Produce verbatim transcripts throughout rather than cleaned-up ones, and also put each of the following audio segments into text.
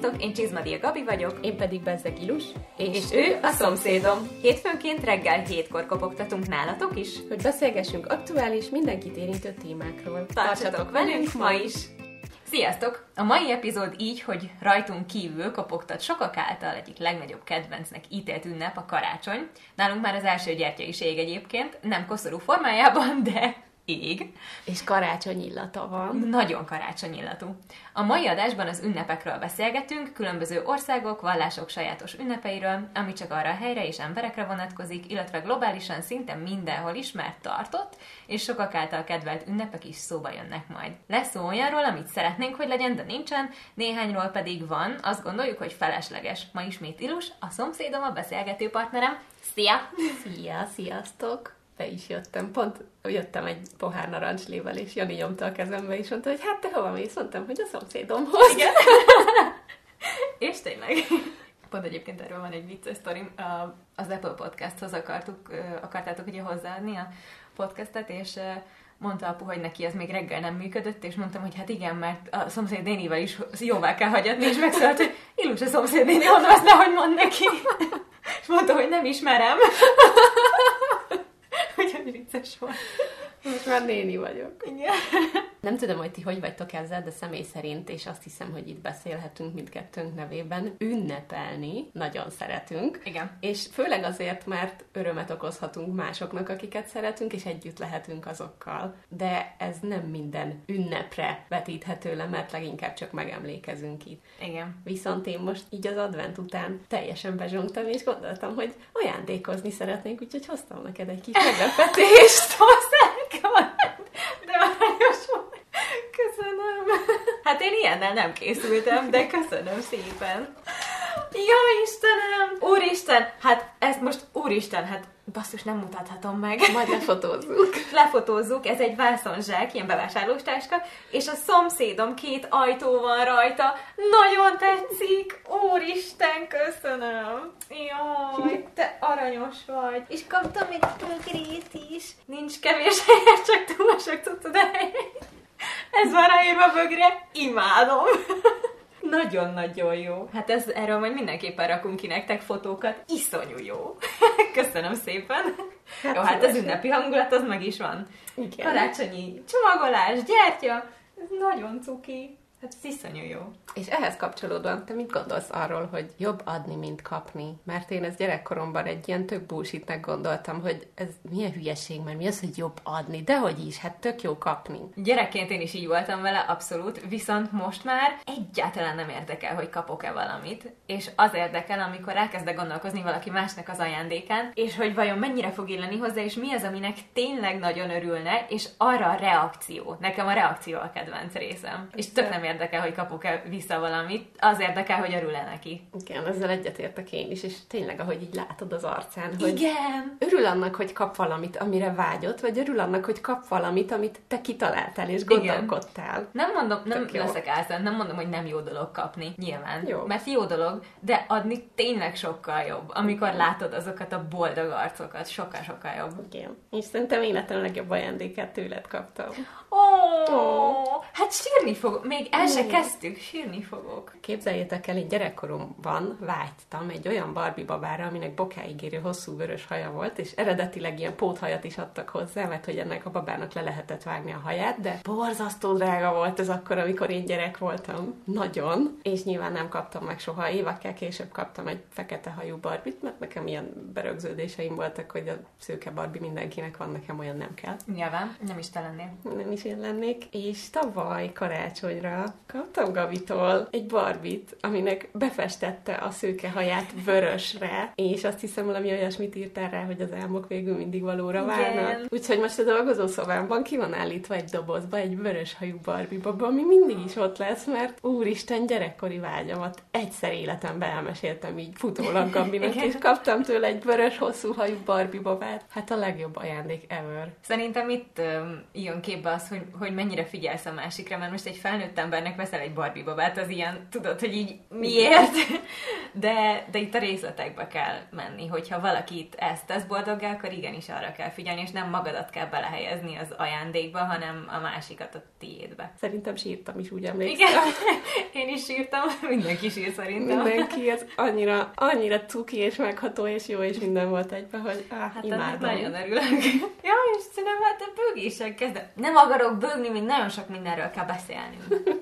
Sziasztok, én Csizmadia Gabi vagyok. Én pedig Bezzeg Ilus. És, és ő a szomszédom. Hétfőnként reggel hétkor kopogtatunk nálatok is, hogy beszélgessünk aktuális, mindenkit érintő témákról. Tartsatok velünk ma is! Sziasztok! A mai epizód így, hogy rajtunk kívül kopogtat sokak által egyik legnagyobb kedvencnek ítélt ünnep a karácsony. Nálunk már az első gyertya is ég egyébként, nem koszorú formájában, de ég. És karácsony illata van. Nagyon karácsony illatú. A mai adásban az ünnepekről beszélgetünk, különböző országok, vallások sajátos ünnepeiről, ami csak arra a helyre és emberekre vonatkozik, illetve globálisan szinte mindenhol ismert, tartott, és sokak által kedvelt ünnepek is szóba jönnek majd. Lesz szó olyanról, amit szeretnénk, hogy legyen, de nincsen, néhányról pedig van, azt gondoljuk, hogy felesleges. Ma ismét Ilus, a szomszédom, a beszélgető partnerem. Szia! Szia, sziasztok! Be is jöttem. Pont jöttem egy pohár narancslével, és Jani nyomta a kezembe, és mondta, hogy hát te hova mész? Mondtam, hogy a szomszédomhoz. Igen. És tényleg. Pont egyébként erről van egy vicces sztorim. Az Apple Podcasthoz akartuk, akartátok ugye hozzáadni a podcastet, és mondta apu, hogy neki ez még reggel nem működött, és mondtam, hogy hát igen, mert a szomszéd nénivel is jóvá kell hagyatni, és megszólalt, hogy Ilus a szomszéd néni, mondom, azt nehogy mondd neki. És mondta, hogy nem ismerem. Úgyhogy vicces volt. Most már néni vagyok. Igen. Nem tudom, hogy ti hogy vagytok ezzel, de személy szerint, és azt hiszem, hogy itt beszélhetünk mindkettőnk nevében, ünnepelni nagyon szeretünk. Igen. És főleg azért, mert örömet okozhatunk másoknak, akiket szeretünk, és együtt lehetünk azokkal. De ez nem minden ünnepre vetíthető le, mert leginkább csak megemlékezünk itt. Igen. Viszont én most így az advent után teljesen bezsongtam, és gondoltam, hogy ajándékozni szeretnénk, úgyhogy hoztam neked egy kis meglepetést. De aranyos volt. Köszönöm. Hát én ilyennel nem készültem, de köszönöm szépen. Jó Istenem! Úristen! Hát ezt most, úristen, hát basszus, nem mutathatom meg. Majd lefotózzuk. Lefotózzuk, ez egy vászonzsák, ilyen bevásárlóstáska, és a szomszédom két ajtó van rajta. Nagyon tetszik! Úristen, köszönöm! Jaj, te aranyos vagy! És kaptam egy bögrét is. Nincs kevés helyet, csak túl sok tudod helyet. Ez van ráírva bögre, imádom! Nagyon-nagyon jó. Hát ez, erről majd mindenképpen rakunk ki nektek fotókat. Iszonyú jó. Köszönöm szépen. Hát jó, hát az ünnepi hangulat az meg is van. Igen. Karácsonyi csomagolás, gyertya. Ez nagyon cuki. Hát ez iszonyú jó. És ehhez kapcsolódóan te mit gondolsz arról, hogy jobb adni, mint kapni? Mert én ezt gyerekkoromban egy ilyen tök bullshitnek gondoltam, hogy ez milyen hülyeség, mert mi az, hogy jobb adni? Dehogy is, hát tök jó kapni. Gyerekként én is így voltam vele, abszolút, viszont most már egyáltalán nem érdekel, hogy kapok-e valamit, és az érdekel, amikor elkezdek gondolkozni valaki másnak az ajándékán, és hogy vajon mennyire fog illeni hozzá, és mi az, aminek tényleg nagyon örülne, és arra a reakció. Nekem a reakció a kedvenc részem. És tök nem érdekel, hogy kapok-e vissza valamit, az érdekel, hogy örül-e neki. Igen, ezzel egyetértek én is, és tényleg, ahogy így látod az arcán, hogy igen. Örül annak, hogy kap valamit, amire vágyott, vagy örül annak, hogy kap valamit, amit te kitaláltál és gondolkodtál. Igen. Nem mondom, nem leszek álszent, nem mondom, hogy nem jó dolog kapni, nyilván. Jó. Mert jó dolog, de adni tényleg sokkal jobb, amikor igen. látod azokat a boldog arcokat, sokkal-sokkal jobb. Igen. És szerintem életem a legjobb ajándékát tőled kaptam. Ó, oh, hát sírni fogok, még el se kezdtük, sírni fogok. Képzeljétek el, én gyerekkoromban vágytam egy olyan Barbie babára, aminek bokáig érő hosszú vörös haja volt, és eredetileg ilyen póthajat is adtak hozzá, mert hogy ennek a babának le lehetett vágni a haját, de borzasztó drága volt ez akkor, amikor én gyerek voltam. Nagyon. És nyilván nem kaptam meg soha. Évekkel később kaptam egy fekete hajú Barbie-t, mert nekem ilyen berögződéseim voltak, hogy a szőke Barbie mindenkinek van, nekem olyan nem kell. Nyilván, nem is te lennél. Nem is én lennék. És tavaly karácsonyra kaptam Gabitól egy Barbie-t, aminek befestette a szőke haját vörösre, és azt hiszem valami olyasmit írtál rá, hogy az álmok végül mindig valóra válnak. Úgyhogy most a dolgozószobámban ki van állítva egy dobozba egy vörös hajú Barbie baba, ami mindig is ott lesz, mert úristen, gyerekkori vágyamat egyszer életemben elmeséltem így futólag Gabinak, és kaptam tőle egy vörös hosszú hajú Barbie babát. Hát a legjobb ajándék ever. Szerintem itt um, jön képbe az, hogy, hogy mennyire figyelsz a másikra, mert most most egy felnőtt embernek veszel egy Barbie babát, az ilyen, tudod, hogy így miért? De, de itt a részletekbe kell menni, hogyha valakit ezt tesz boldoggá, akkor igenis arra kell figyelni, és nem magadat kell belehelyezni az ajándékba, hanem a másikat a tiédbe. Szerintem sírtam is, úgy emlékszem. Igen, én is sírtam, mindenki sír szerintem. Mindenki, ez annyira, annyira cuki és megható és jó, és minden volt egyben, hogy áh, hát imádom. nagyon örülök. Ja, Istenem, hát a bőgéssel kezdem. Nem akarok bőgni, még nagyon sok mindenről kell beszélni.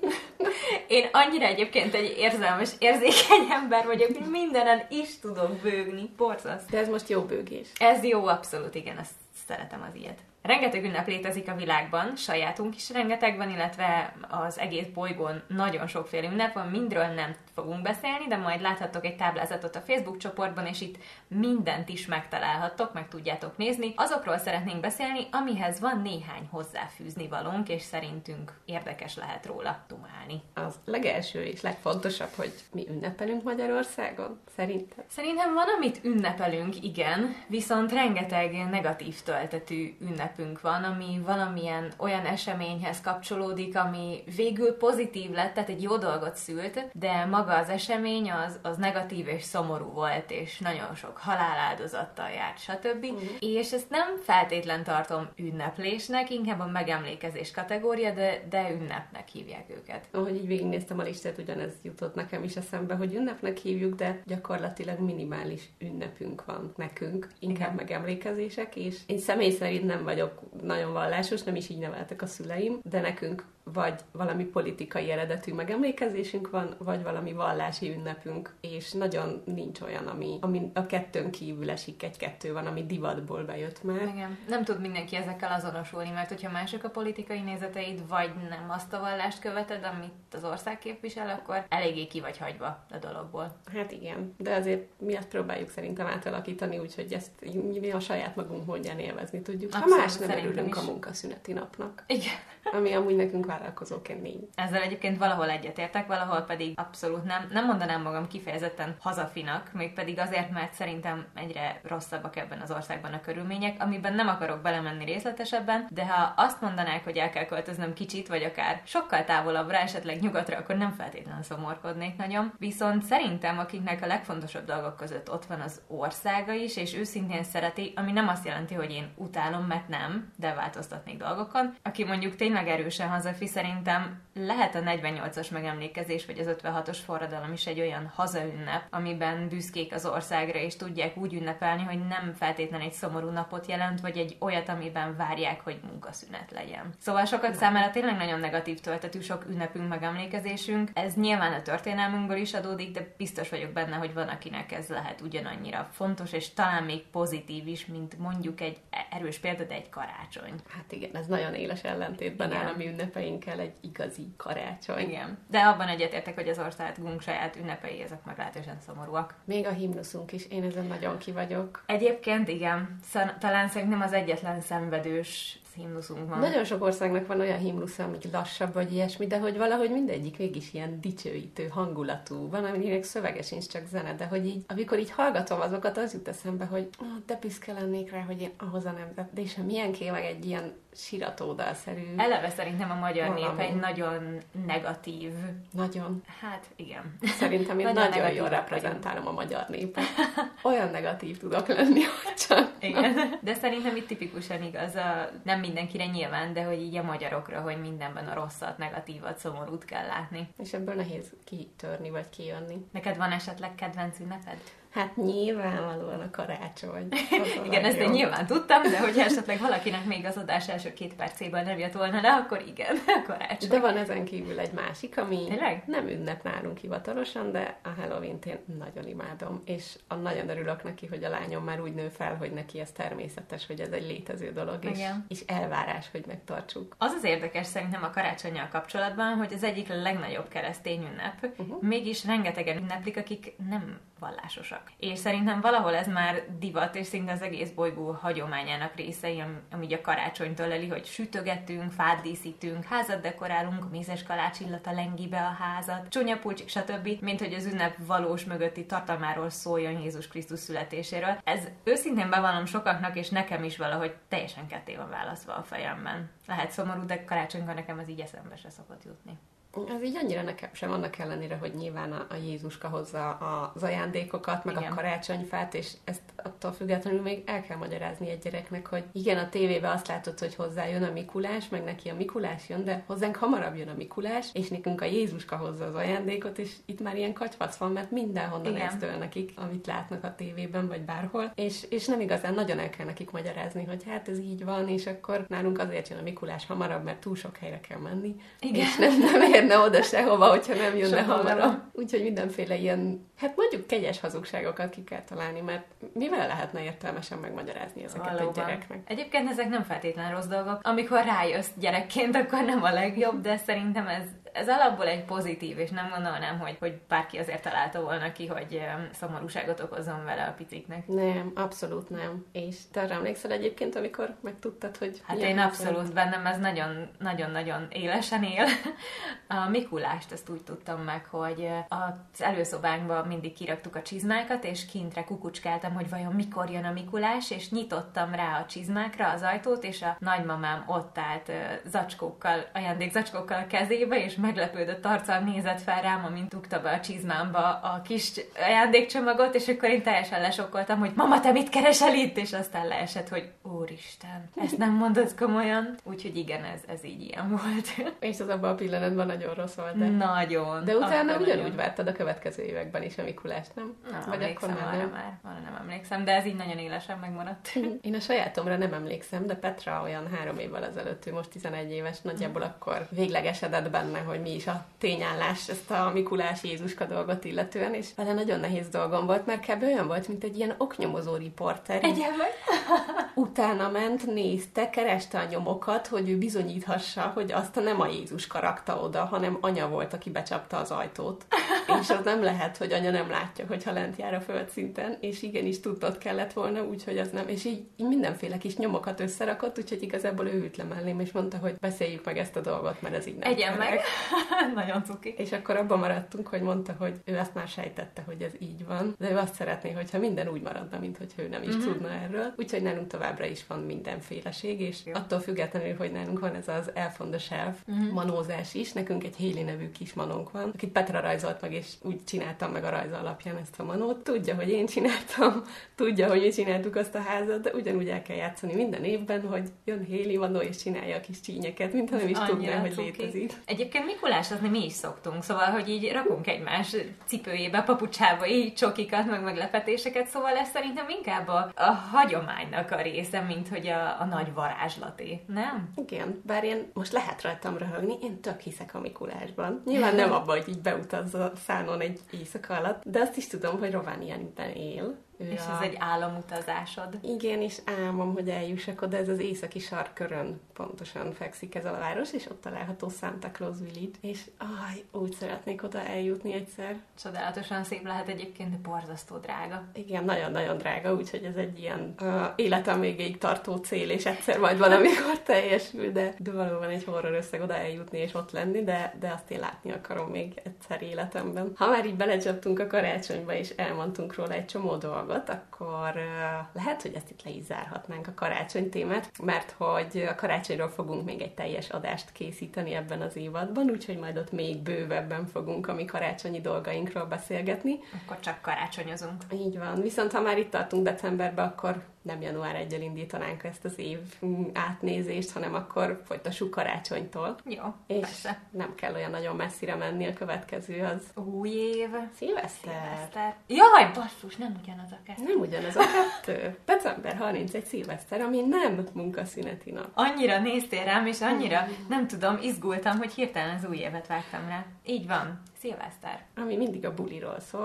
Én annyira egyébként egy érzelmes, érzékeny ember vagyok, hogy mindenen is tudok bőgni. Borzasztó. De ez most jó bőgés. Ez jó, abszolút, igen, ezt szeretem az ilyet. Rengeteg ünnep létezik a világban, sajátunk is rengeteg van, illetve az egész bolygón nagyon sokféle ünnep van, mindről nem fogunk beszélni, de majd láthattok egy táblázatot a Facebook csoportban, és itt mindent is megtalálhattok, meg tudjátok nézni. Azokról szeretnénk beszélni, amihez van néhány hozzáfűzni valónk, és szerintünk érdekes lehet róla dumálni. Az legelső és legfontosabb, hogy mi ünnepelünk Magyarországon, szerintem. Szerintem van, amit ünnepelünk, igen, viszont rengeteg negatív töltetű ünnepünk van, ami valamilyen olyan eseményhez kapcsolódik, ami végül pozitív lett, tehát egy jó dolgot szült, de maga az esemény az, az negatív és szomorú volt, és nagyon sok haláláldozattal járt, stb. Uh-huh. És ezt nem feltétlen tartom ünneplésnek, inkább a megemlékezés kategória, de, de ünnepnek hívják őket. Ahogy így végignéztem a listát, ugyanez jutott nekem is eszembe, hogy ünnepnek hívjuk, de gyakorlatilag minimális ünnepünk van nekünk, inkább igen. megemlékezések, és én személy szerint nem vagyok nagyon vallásos, nem is így neveltek a szüleim, de nekünk vagy valami politikai eredetű megemlékezésünk van, vagy valami vallási ünnepünk, és nagyon nincs olyan, ami, ami a kettőn kívül esik, egy-kettő van, ami divatból bejött már. Igen. Nem tud mindenki ezekkel azonosulni, mert hogyha mások a politikai nézeteid, vagy nem azt a vallást követed, amit az ország képvisel, akkor eléggé ki vagy hagyva a dologból. Hát igen, de azért mi azt próbáljuk szerintem átalakítani, úgyhogy ezt mi a saját magunk módján élvezni tudjuk. Ha más nem örülünk a munkaszüneti napnak. Igen. Ami amúgy nekünk vállalkozóként nincs. Ezzel egyébként valahol egyetértek, valahol pedig abszolút nem. Nem mondanám magam kifejezetten hazafinak, mégpedig azért, mert szerintem egyre rosszabbak ebben az országban a körülmények, amiben nem akarok belemenni részletesebben, de ha azt mondanák, hogy el kell költöznöm kicsit, vagy akár sokkal távolabbra, esetleg nyugatra, akkor nem feltétlenül szomorkodnék nagyon. Viszont szerintem, akiknek a legfontosabb dolgok között ott van az országa is, és őszintén szereti, ami nem azt jelenti, hogy én utálom, mert nem, de változtatnék dolgokon. Aki mondjuk tényleg erősen hazafi, szerintem lehet a negyvennyolcas megemlékezés, vagy az ötvenhatos forradalom is egy olyan hazaünnep, amiben büszkék az országra, és tudják úgy ünnepelni, hogy nem feltétlenül egy szomorú napot jelent, vagy egy olyat, amiben várják, hogy munkaszünet legyen. Szóval sokak számára tényleg nagyon negatív töltetű sok ünnepünk, megemlékezésünk. Ez nyilván a történelmünkből is adódik, de biztos vagyok benne, hogy van, akinek ez lehet ugyanannyira fontos, és talán még pozitív is, mint mondjuk egy erős példa, de egy karácsony. Hát igen, ez nagyon éles ellentétben áll a mi ünnepeinkkel, egy igazi karácsony. Igen. De abban egyetértek, hogy az országunk saját ünnepei, ezek meglehetősen szomorúak. Még a himnuszunk is, én ezen nagyon ki vagyok. Egyébként igen, Szan- talán szerintem az egyetlen szenvedős himnuszunk van. Nagyon sok országnak van olyan himnusza, ami lassabb vagy ilyesmi, de hogy valahogy mindegyik mégis ilyen dicsőítő hangulatú. Van, aminek szövege sincs, csak zene, de hogy így, amikor így hallgatom azokat, az jut eszembe, hogy oh, de büszke lennék rá, hogy én ahhoz a nemzet, de és milyen kémek egy ilyen siratódalszerű. Eleve szerintem a magyar nép egy nagyon negatív. Nagyon. Hát igen. Szerintem én nagyon, nagyon jól reprezentálom a magyar népet. Olyan negatív tudok lenni, hogy csak. Igen. De szerintem itt tipikusan igaz, a, nem mindenkire nyilván, de hogy így a magyarokra, hogy mindenben a rosszat, negatívat, szomorút kell látni. És ebből nehéz kitörni, vagy kijönni. Neked van esetleg kedvenc ünneped? Hát nyilvánvalóan a karácsony. Igen, ezt én nyilván tudtam, de hogyha esetleg valakinek még az adás első két percében nem jött volna le, akkor igen, a karácsony. De van ezen kívül egy másik, ami Tényleg? nem ünnep nálunk hivatalosan, de a Halloween-t én nagyon imádom, és a nagyon örülök neki, hogy a lányom már úgy nő fel, hogy neki ez természetes, hogy ez egy létező dolog, és, és elvárás, hogy megtartsuk. Az az érdekes szerintem a karácsonnyal kapcsolatban, hogy az egyik legnagyobb keresztény ünnep, uh-huh. mégis rengetegen ünneplik, akik nem vallásosak. csak. És szerintem valahol ez már divat, és szinte az egész bolygó hagyományának részei, ami a karácsonytól leli, hogy sütögetünk, fát díszítünk, házat dekorálunk, a mézes kalács illata lengi be a házat, csúnya pulcsik, stb., mint hogy az ünnep valós mögötti tartalmáról szóljon Jézus Krisztus születéséről. Ez őszintén bevallom sokaknak, és nekem is valahogy teljesen ketté van választva a fejemben. Lehet szomorú, de karácsonykor nekem az így eszembe se szokott jutni. Ez így annyira nekem sem, annak ellenére, hogy nyilván a, a Jézuska hozza az ajándékokat, meg igen. a karácsonyfát, és ezt attól függetlenül még el kell magyarázni egy gyereknek, hogy igen, a tévében azt látod, hogy hozzájön a Mikulás, meg neki a Mikulás jön, de hozzánk hamarabb jön a Mikulás, és nekünk a Jézuska hozza az ajándékot, és itt már ilyen katyvasz van, mert mindenhonnan ez től nekik, amit látnak a tévében, vagy bárhol, és, és nem igazán nagyon el kell nekik magyarázni, hogy hát ez így van, és akkor nálunk azért jön a Mikulás hamarabb, mert túl sok helyre kell menni, igen. és nem, nem érne oda sehova, hogyha nem jönne hamarabb. Úgyhogy mindenféle ilyen, hát mondjuk kegyes hazugságokat ki kell találni, mert mivel lehetne értelmesen megmagyarázni ezeket valóban. Egy gyereknek? Egyébként ezek nem feltétlen rossz dolgok. Amikor rájössz gyerekként, akkor nem a legjobb, de szerintem ez Ez alapból egy pozitív, és nem gondolnám, hogy, hogy bárki azért találta volna ki, hogy szomorúságot okozzon vele a piciknek. Nem, abszolút nem. És te arra emlékszel egyébként, amikor megtudtad, hogy... Hát én abszolút az... bennem ez nagyon-nagyon élesen él. A Mikulást ezt úgy tudtam meg, hogy az előszobánkban mindig kiraktuk a csizmákat, és kintre kukucskáltam, hogy vajon mikor jön a Mikulás, és nyitottam rá a csizmákra az ajtót, és a nagymamám ott állt zacskókkal, ajándékzacskókkal a kezébe, és meglepődött arccal nézett fel rám, amint dugta be a csizmámba a kis ajándékcsomagot, és akkor én teljesen lesokkoltam, hogy mama, te mit keresel itt? És aztán leesett, hogy úristen, ezt nem mondod komolyan. Úgyhogy igen, ez, ez így ilyen volt. És az abban a pillanatban nagyon rossz volt. De... Nagyon. De utána ugyanúgy nagyon... vártad a következő években is a Mikulást, nem? Nem Vagy emlékszem akkor már, arra nem? már. Arra nem emlékszem, de ez így nagyon élesen megmaradt. Én a sajátomra nem emlékszem, de Petra olyan három évvel ezelőtt, ő most tizenegy éves, nagyjából akkor véglegesedett benne, hogy mi is a tényállás ezt a Mikulás Jézuska dolgot illetően, és vele nagyon nehéz dolgom volt, mert kb. Olyan volt, mint egy ilyen oknyomozó riporter. Egyenlő. Utána ment, nézte, kereste a nyomokat, hogy ő bizonyíthassa, hogy azt nem a Jézuska rakta oda, hanem anya volt, aki becsapta az ajtót. És az nem lehet, hogy anya nem látja, hogyha lent jár a földszinten, és igenis tudnod kellett volna, úgyhogy az nem. És így, így mindenféle kis nyomokat összerakott, úgyhogy igazából ő ült le mellém, és mondta, hogy beszéljük meg ezt a dolgot, mert ez így nem. Egyen meg. Nagyon cuki. És akkor abban maradtunk, hogy mondta, hogy ő azt már sejtette, hogy ez így van, de ő azt szeretné, hogyha minden úgy maradna, mint hogy ő nem is uh-huh. tudna erről. Úgyhogy nálunk továbbra is van mindenféleség, és jó. Attól függetlenül, hogy nálunk van ez az Elf on the Shelf uh-huh. manózás is, nekünk egy Hailey nevű kis manónk van, akit Petra rajzolt meg, és úgy csináltam meg a rajza alapján ezt a manót. Tudja, hogy én csináltam, tudja, hogy mi csináltuk azt a házat, de ugyanúgy el kell játszani minden évben, hogy jön Hailey manó, és csinálja a kis csínyeket, mintha nem is tudná, hogy létezik. Egyébként Mikulásozni mi is szoktunk, szóval, hogy így rakunk egymás cipőjébe, papucsába így csokikat, meg meglepetéseket, szóval ez szerintem inkább a, a hagyománynak a része, mint hogy a, a nagy varázslaté, nem? Igen, bár én most lehet rajtam röhögni, én tök hiszek a Mikulásban. Nyilván nem abban, hogy így beutazza a szánon egy éjszaka alatt, de azt is tudom, hogy Rovaniemiben él. És ez a... egy álomutazásod. Igen, és álmom, hogy eljussak oda, ez az északi sarkkörön pontosan fekszik ez a város, és ott található Santa Claus Village, és aj, úgy szeretnék oda eljutni egyszer. Csodálatosan szép lehet egyébként, de borzasztó drága. Igen, nagyon-nagyon drága, úgyhogy ez egy ilyen uh, életem végéig tartó cél, és egyszer majd valamikor teljesül, de, de valóban egy horror összeg oda eljutni és ott lenni, de, de azt én látni akarom még egyszer életemben. Ha már így belecsaptunk a karácsonyba, és elmondtunk róla egy csomó dolgot, akkor lehet, hogy ezt itt le is zárhatnánk a karácsony témát, mert hogy a karácsonyról fogunk még egy teljes adást készíteni ebben az évadban, úgyhogy majd ott még bővebben fogunk a mi karácsonyi dolgainkról beszélgetni. Akkor csak karácsonyozunk. Így van. Viszont ha már itt tartunk decemberben, akkor nem január elsejétől indítanánk ezt az év átnézést, hanem akkor folytassuk karácsonytól. Jó, és persze. Nem kell olyan nagyon messzire menni, a következő az... Új év. Szilveszter. Szilveszter. Jaj, basszus, nem ugyanaz a kettő. Nem ugyanaz a kettő. december harmincegyedike szilveszter, ami nem munkaszüneti nap. Annyira néztél rám, és annyira, nem tudom, izgultam, hogy hirtelen az új évet vágtam rá. Így van, szilveszter. Ami mindig a buliról szól,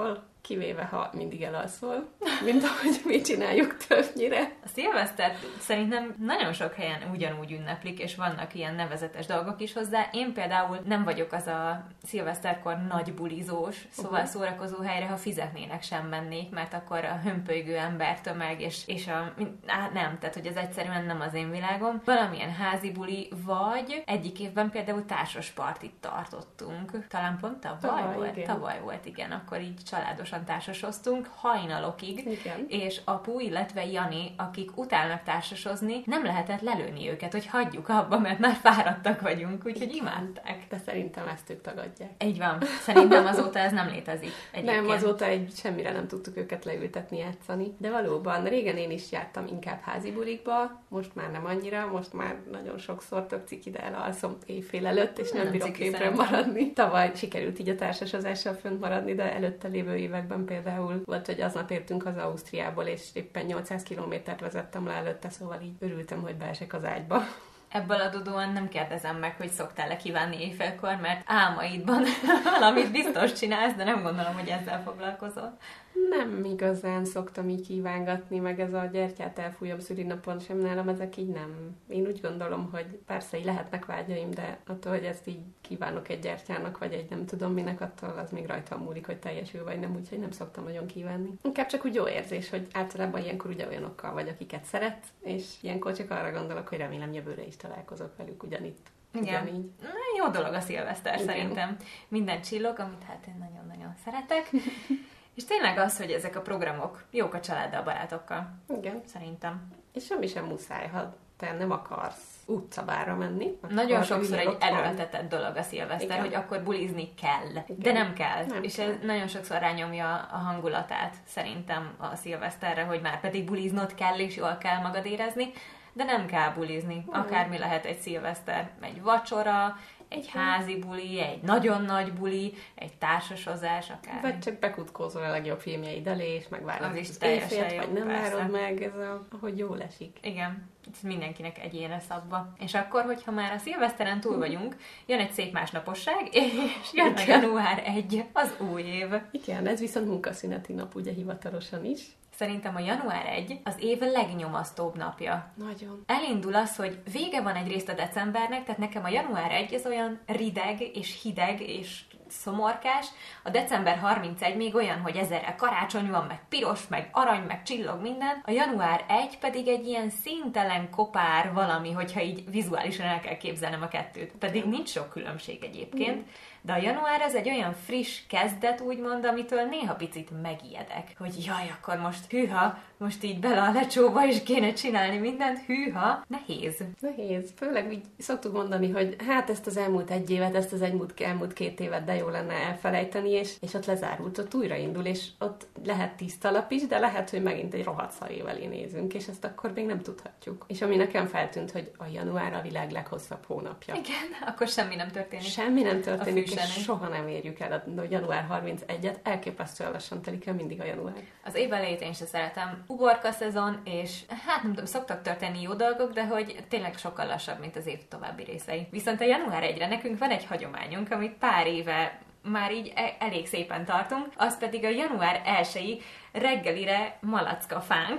kivéve ha mindig elalszol, mint ahogy mi csináljuk többnyire. A szilvesztert szerintem nagyon sok helyen ugyanúgy ünneplik, és vannak ilyen nevezetes dolgok is hozzá. Én például nem vagyok az a szilveszterkor nagy bulizós, szóval uh-huh. szórakozó helyre, ha fizetnének, sem mennék, mert akkor a hömpölygő embertömeg, és, és a... Á, nem, tehát hogy ez egyszerűen nem az én világom. Valamilyen házi buli, vagy egyik évben például társas partit tartottunk. Talán pont tavaly, tavaly volt? Igen. Tavaly volt, igen. Akkor így családosan társasoztunk, hajnalokig, igen. És apu, illetve Jani, akik utálnak társasozni, nem lehetett lelőni őket, hogy hagyjuk abba, mert már fáradtak vagyunk, úgyhogy imádták. De szerintem ezt ők tagadják. Így van. Szerintem azóta ez nem létezik. Egyébként. Nem, azóta egy semmire nem tudtuk őket leültetni, játszani. De valóban, régen én is jártam inkább házi bulikba, most már nem annyira, most már nagyon sokszor tök ciki, de elalszom éjfél előtt, és nem, nem bírok képre maradni. Tavaly sikerült így a társasozással fönt maradni, de előtte lévő években például volt, hogy aznap értünk az Ausztriából, és éppen nyolcszáz kilométert vezettem le előtte, szóval így örültem, hogy beesek az ágyba. Ebből adódóan nem kérdezem meg, hogy szoktál-e kívánni éjfélkor, mert álmaidban valamit biztos csinálsz, de nem gondolom, hogy ezzel foglalkozol. Nem igazán szoktam így kívángatni, meg ez a gyertyát elfújom szülinapon sem, nálam ezek így nem. Én úgy gondolom, hogy persze így lehetnek vágyaim, de attól, hogy ezt így kívánok egy gyertyának, vagy egy nem tudom minek, attól az még rajtam múlik, hogy teljesül, vagy nem, úgyhogy nem szoktam nagyon kívánni. Inkább csak úgy jó érzés, hogy általában ilyenkor ugye olyanokkal vagy, akiket szeret, és ilyenkor csak arra gondolok, hogy remélem jövőre is találkozok velük ugyanitt. Igen. Ugyanígy. Jó dolog a szilveszter. Igen. Szerintem. Minden csillog, amit hát én nagyon-nagyon szeretek. És tényleg az, hogy ezek a programok jók a családdal, barátokkal. Igen. Szerintem. És semmi sem muszáj, ha te nem akarsz utcabára menni. Nagyon sokszor egy erőltetett dolog a szilveszter, igen. Hogy akkor bulizni kell. Igen. De nem kell. Nem és kell. Ez nagyon sokszor rányomja a hangulatát szerintem a szilveszterre, hogy már pedig buliznod kell, és jól kell magad érezni. De nem kell bulizni. Akármi lehet egy szilveszter. Egy vacsora, egy házi buli, egy nagyon nagy buli, egy társasozás, akár. Vagy csak bekutkózol a legjobb filmjeid elé, és megvárod az, az éjfélt, vagy nem persze. Várod meg, ez a, ahogy jól esik. Igen, ez mindenkinek egyénre szabva. És akkor, hogyha már a szilveszteren túl vagyunk, jön egy szép másnaposság, és jön meg január elseje, az új év. Igen, ez viszont munkaszüneti nap, ugye hivatalosan is. Szerintem a január elseje az év legnyomasztóbb napja. Nagyon. Elindul az, hogy vége van egyrészt a decembernek, tehát nekem a január elseje az olyan rideg és hideg és szomorkás. A december harmincegy még olyan, hogy ezerrel karácsony van, meg piros, meg arany, meg csillog minden. A január elseje pedig egy ilyen színtelen kopár valami, hogyha így vizuálisan el kell képzelnem a kettőt. Pedig nincs sok különbség egyébként. Mm. De a január az egy olyan friss kezdet, úgymond, amitől néha picit megijedek, hogy jaj, akkor most hűha, most így bele a lecsóba is kéne csinálni mindent, hűha, nehéz. Nehéz. Főleg úgy szoktuk mondani, hogy hát ezt az elmúlt egy évet, ezt az elmúlt, elmúlt két évet, de jó lenne elfelejteni, és, és ott lezárult, ott újraindul, és ott lehet tiszta lap is, de lehet, hogy megint egy rohadt szar év elé nézünk, és ezt akkor még nem tudhatjuk. És ami nekem feltűnt, hogy a január a világ leghosszabb hónapja. Igen, akkor semmi nem történik. Semmi nem történik. Soha nem érjük el a január harmincegyet, elképesztően lassan telik el mindig a január. Az év elejét én sem szeretem. Uborka szezon, és hát nem tudom, szoktak történni jó dolgok, de hogy tényleg sokkal lassabb, mint az év további részei. Viszont a január elsejére nekünk van egy hagyományunk, amit pár éve már így elég szépen tartunk, az pedig a január elsejei reggelire malacka fánk,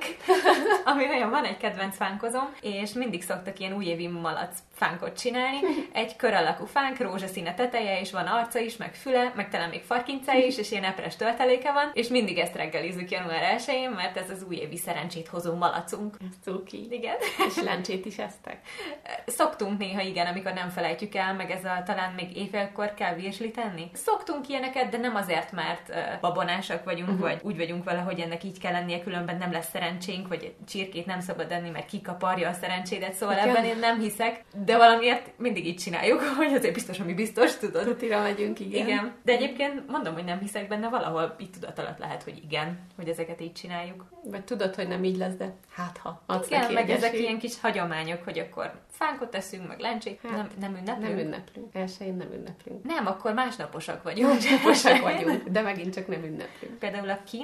ami olyan van egy kedvenc fánkozom, és mindig szoktak ilyen újévi malac fánkot csinálni. Egy kör alakú fánk, rózsaszíne teteje, és van arca is, meg füle, meg talán még farkincája is, és ilyen epres tölteléke van, és mindig ezt reggelizzük január elsején, mert ez az újévi szerencsét hozó malacunk. Ez cuki. Igen. És lencsét is esztek? Szoktunk néha, igen, amikor nem felejtjük el, meg ez a talán még éjfélkor kell virslit tenni. Szoktunk ilyeneket, de nem azért, mert uh, babonásak vagyunk, uh-huh. vagy úgy vagyunk vele, hogy ennek így kell lennie, különben nem lesz szerencsénk, vagy csirkét nem szabad enni, mert kikaparja a szerencsédet, szóval igen. Ebben én nem hiszek, de valamiért mindig így csináljuk, hogy azért biztos, ami biztos, tudod. Tutira megyünk, igen. Igen. De egyébként mondom, hogy nem hiszek benne, valahol így tudat alatt lehet, hogy igen, hogy ezeket így csináljuk. Vagy tudod, hogy nem így lesz, de hát ha. Igen, meg ezek ilyen kis hagyományok, hogy akkor fánkot teszünk, meg lencsét, hát, nem, nem ünneplünk. Nem ünneplünk. Elsőjén nem ünneplünk. Nem, akkor másnaposak vagyunk. Másnaposak vagyunk, de megint csak nem ünneplünk. Például a kínai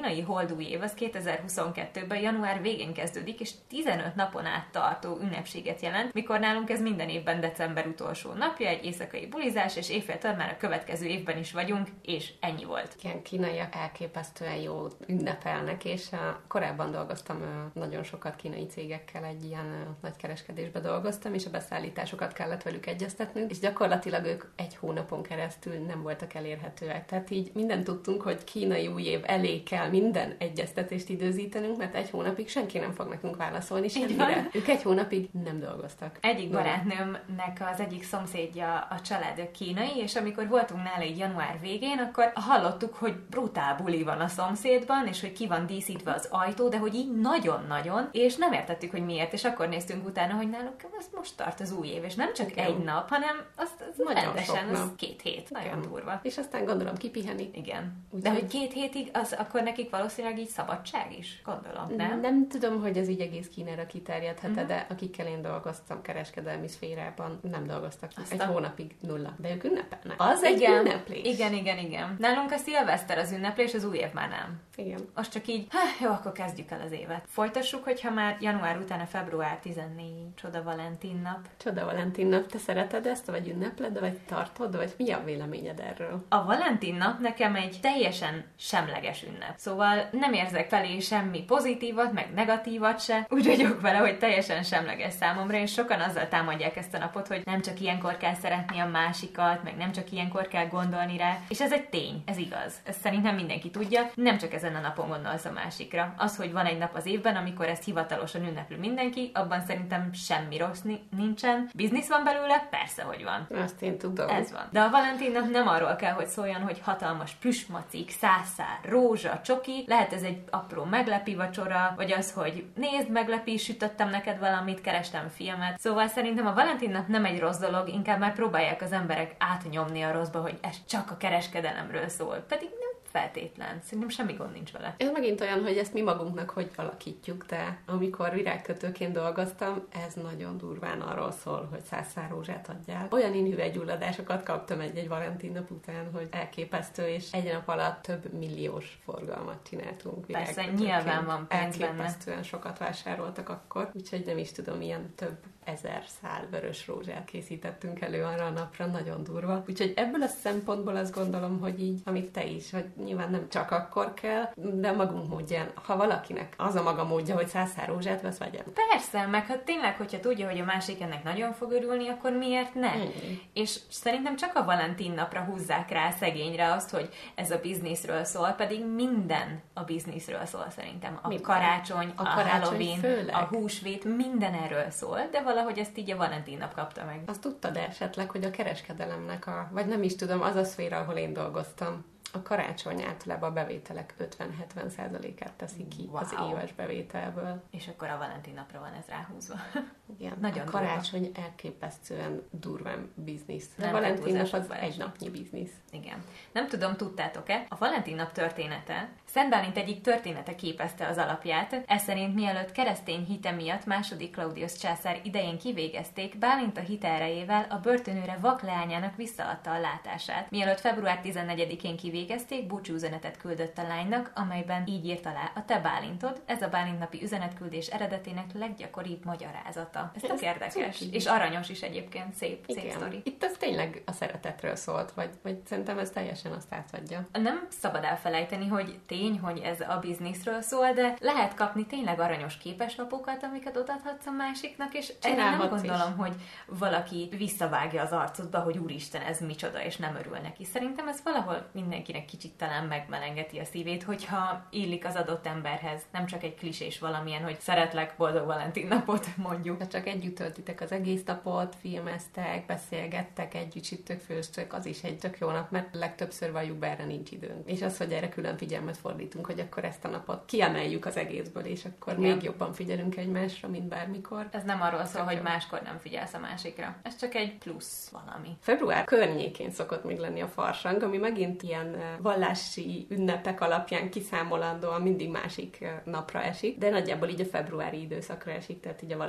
boldúj év az kétezer-huszonkettőben január végén kezdődik, és tizenöt napon át tartó ünnepséget jelent, mikor nálunk ez minden évben december utolsó napja, egy éjszakai bulizás, és évféltől már a következő évben is vagyunk, és ennyi volt. Igen, kínaiak elképesztően jó ünnepelnek, és uh, korábban dolgoztam uh, nagyon sokat kínai cégekkel, egy ilyen uh, nagy kereskedésbe dolgoztam, és a beszállításokat kellett velük egyeztetnünk, és gyakorlatilag ők egy hónapon keresztül nem voltak elérhetőek. Tehát így mindent tudtunk, hogy kínai új év elé kell minden egyeztetést időzítenünk, mert egy hónapig senki nem fog nekünk válaszolni semmire. Ők egy hónapig nem dolgoztak. Egyik barátnőmnek az egyik szomszédja a család kínai, és amikor voltunk nála így január végén, akkor hallottuk, hogy brutál buli van a szomszédban, és hogy ki van díszítve az ajtó, de hogy így nagyon-nagyon, és nem értettük, hogy miért, és akkor néztünk utána, hogy náluk ez most tart az új év, és nem csak igen. egy nap, hanem azt az rendesen, az két hét. Nagyon igen. durva. És aztán gondolom kipiheni. Igen. Úgy de hogy két hétig, az akkor nekik valószínűleg így szabadság is, gondolom, nem? Nem tudom, hogy ez így egész Kínára kiterjedhet, uh-huh. de akikkel én dolgoztam kereskedelmi szférában, nem dolgoztak. Aztán. Egy hónapig nulla. De ők ünnepelnek. Az igen. egy ünneplés. Igen, igen, igen. Nálunk a szilveszter az ünneplés, az új év már nem. Igen. Az csak így, jó, akkor kezdjük el az évet. Folytassuk, hogyha már január után a február tizennégy, Csoda Valentin nap. Csoda Valentin nap. Te szereted ezt, vagy ünnepled, vagy tartod, vagy mi a véleményed erről? A Valentin nap nekem egy teljesen semleges ünnep. Szóval nem érzek felé semmi pozitívat, meg negatívat se. Úgy vagyok vele, hogy teljesen semleges számomra, és sokan azzal támadják ezt a napot, hogy nem csak ilyenkor kell szeretni a másikat, meg nem csak ilyenkor kell gondolni rá. És ez egy tény, ez igaz. Ezt szerintem mindenki tudja. Nem csak ezen a napon gondolsz a másikra. Az, hogy van egy nap az évben, amikor ezt hivatalosan ünnepli mindenki, abban szerintem semmi rossz nincsen. Biznisz van belőle? Persze, hogy van. Azt én tudom. Ez van. De a Valentin nap nem arról kell, hogy szóljon, hogy hatalmas plüsmacik, szászár, rózsa, csoki. Lehet ez egy apró meglepi vacsora, vagy az, hogy nézd, meglepi, sütöttem neked valamit, kerestem filmet. Szóval szerintem a Valentin nap nem egy rossz dolog, inkább már próbálják az emberek átnyomni a rosszba, hogy ez csak a kereskedelemről szól. Pedig nem feltétlen. Szerintem semmi gond nincs vele. Ez megint olyan, hogy ezt mi magunknak hogy alakítjuk, de amikor virágkötőként dolgoztam, ez nagyon durván arról szól, hogy száz szál rózsát adjál. Olyan inhüvelygyulladásokat kaptam egy-egy Valentin nap után, hogy elképesztő, és egy nap alatt több milliós forgalmat csináltunk virágkötőként. Persze, nyilván van pénz benne. Elképesztően sokat vásároltak akkor, úgyhogy nem is tudom, ilyen több ezer szál vörös rózsát készítettünk elő arra a napra, nagyon durva. Úgyhogy ebből a szempontból azt gondolom, hogy így, amit te is, hogy nyilván nem csak akkor kell, de magunk módján. Ha valakinek az a maga módja, hogy száz szál rózsát vesz, vegyen. Persze, meg ha tényleg, hogyha tudja, hogy a másik ennek nagyon fog örülni, akkor miért ne? Mm. És szerintem csak a Valentin napra húzzák rá szegényre azt, hogy ez a bizniszről szól, pedig minden a bizniszről szól szerintem. A minden. karácsony, a, a karácsony Halloween, főleg. A húsvét, minden erről szól, de valahogy ezt így a Valentin nap kapta meg. Azt tudtad esetleg, hogy a kereskedelemnek a, vagy nem is tudom, az a szféra, ahol én dolgoztam, a karácsony általában a bevételek ötven-hetven százalékát teszi ki wow. az éves bevételből. És akkor a Valentin napra van ez ráhúzva. Igen, nagyon a karácsony durva. Elképesztően durván biznisz. A Valentin nap az egy napnyi biznisz. Igen. Nem tudom, tudtátok-e? A Valentin nap története, Szent Bálint egyik története képezte az alapját. Ez szerint mielőtt keresztény hite miatt második Claudius császár idején kivégezték, Bálint a hite erejével a börtönőre vak leányának visszaadta a látását. Mielőtt február tizennegyedikén kivégezték, búcsúüzenetet küldött a lánynak, amelyben így írt alá: a te Bálintod. Ez a Bálint napi üzenetküldés eredetének leggyakoribb magyarázata. Ez tök érdekes. Cuki. És aranyos is egyébként, szép, szép sztori. Itt ez tényleg a szeretetről szólt, vagy, vagy szerintem ez teljesen azt átadja. Nem szabad elfelejteni, hogy tény, hogy ez a bizniszről szól, de lehet kapni tényleg aranyos képeslapokat, amiket odaadhatsz a másiknak, és erre nem gondolom, is. Hogy valaki visszavágja az arcodba, hogy úristen, ez micsoda, és nem örül neki. Szerintem ez valahol mindenkinek kicsit talán megmelengeti a szívét, hogyha illik az adott emberhez. Nem csak egy klisés valamilyen, hogy szeretlek, boldog Valentin napot mondjuk. Ha csak együtt töltitek az egész napot, filmeztek, beszélgettek, együtt sütök, főztök, az is egy tök jó nap, mert legtöbbször valljuk be, erre nincs időnk. És az, hogy erre külön figyelmet fordítunk, hogy akkor ezt a napot kiemeljük az egészből, és akkor igen. még jobban figyelünk egymásra, mint bármikor. Ez nem arról szól, hogy máskor nem figyelsz a másikra. Ez csak egy plusz valami. Február környékén szokott még lenni a farsang, ami megint ilyen vallási ünnepek alapján kiszámolandóan mindig másik napra esik, de nagyjából így a februári időszakra esik, tehát így a Valentin nap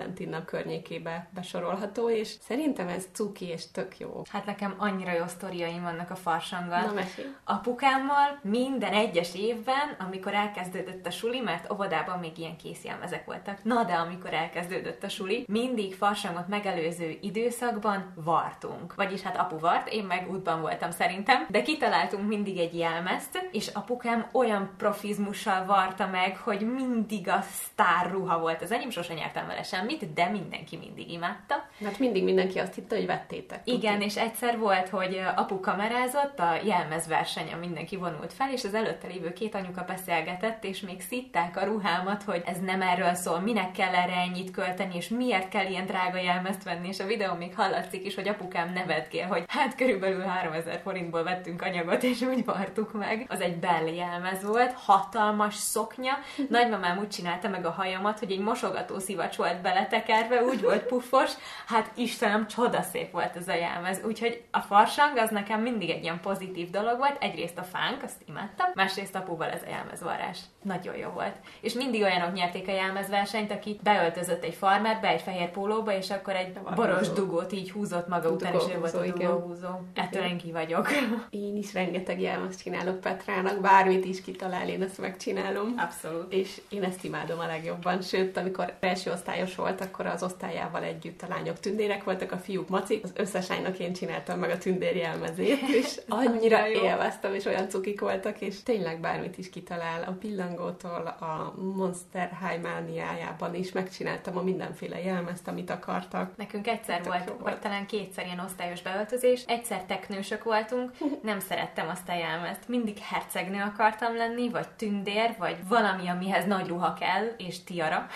annak környékébe besorolható, és szerintem ez cuki és tök jó. Hát nekem annyira jó sztoriaim vannak a farsanggal. Na, mesélj. Apukámmal minden egyes évben, amikor elkezdődött a suli, mert óvodában még ilyen készjelmezek voltak, na de amikor elkezdődött a suli, mindig farsangot megelőző időszakban vartunk. Vagyis hát apu vart, én meg útban voltam szerintem, de kitaláltunk mindig egy jelmezt, és apukám olyan profizmussal varta meg, hogy mindig a sztár ruha volt. Az enyém sosem nyertem vele semmit, de mindenki mindig imádta. Mert mindig mindenki azt hitte, hogy vettétek. Igen, és egyszer volt, hogy apu kamerázott, a jelmezversenyen mindenki vonult fel, és az előtte lévő két anyuka beszélgetett, és még szitták a ruhámat, hogy ez nem erről szól, minek kell erre ennyit költeni, és miért kell ilyen drága jelmezt venni, és a videó még hallatszik is, hogy apukám nevetgél, hogy hát körülbelül háromezer forintból vettünk anyagot, és úgy vartuk meg. Az egy belly jelmez volt, hatalmas szoknya, nagymamám úgy csinálta meg a hajamat, hogy egy mosogató szivacs volt beletekerve, úgy volt puffos, hát Istenem, csodaszép volt ez a jelmez. Úgyhogy a farsang az nekem mindig egy ilyen pozitív dolog volt. Egyrészt a fánk, azt imádtam, másrészt apuval ez a jelmezvarrás. Nagyon jó volt. És mindig olyanok nyerték a jelmezversenyt, aki beöltözött egy farmerbe, egy fehér pólóba, és akkor egy boros dugót így húzott maga után, és ő volt a dugóhúzó. Ettől én ki vagyok. Én is rengeteg jelmezt csinálok Petrának, bármit is kitalál, én ezt megcsinálom. Abszolút. És én ezt imádom a legjobban. Sőt, amikor első osztályos volt, akkor az osztályával együtt a lányok tündérek voltak, a fiúk macik. Az összes lánynak én csináltam meg a tündér jelmezét, és annyira élveztem, és olyan cukik voltak, és tényleg bármit is kitalál. A pillangótól a Monster High mániájában is megcsináltam a mindenféle jelmezt, amit akartak. Nekünk egyszer volt, volt, vagy talán kétszer ilyen osztályos beöltözés, egyszer teknősök voltunk, nem szerettem azt a jelmezt. Mindig hercegnő akartam lenni, vagy tündér, vagy valami, amihez nagy ruha kell, és tiara.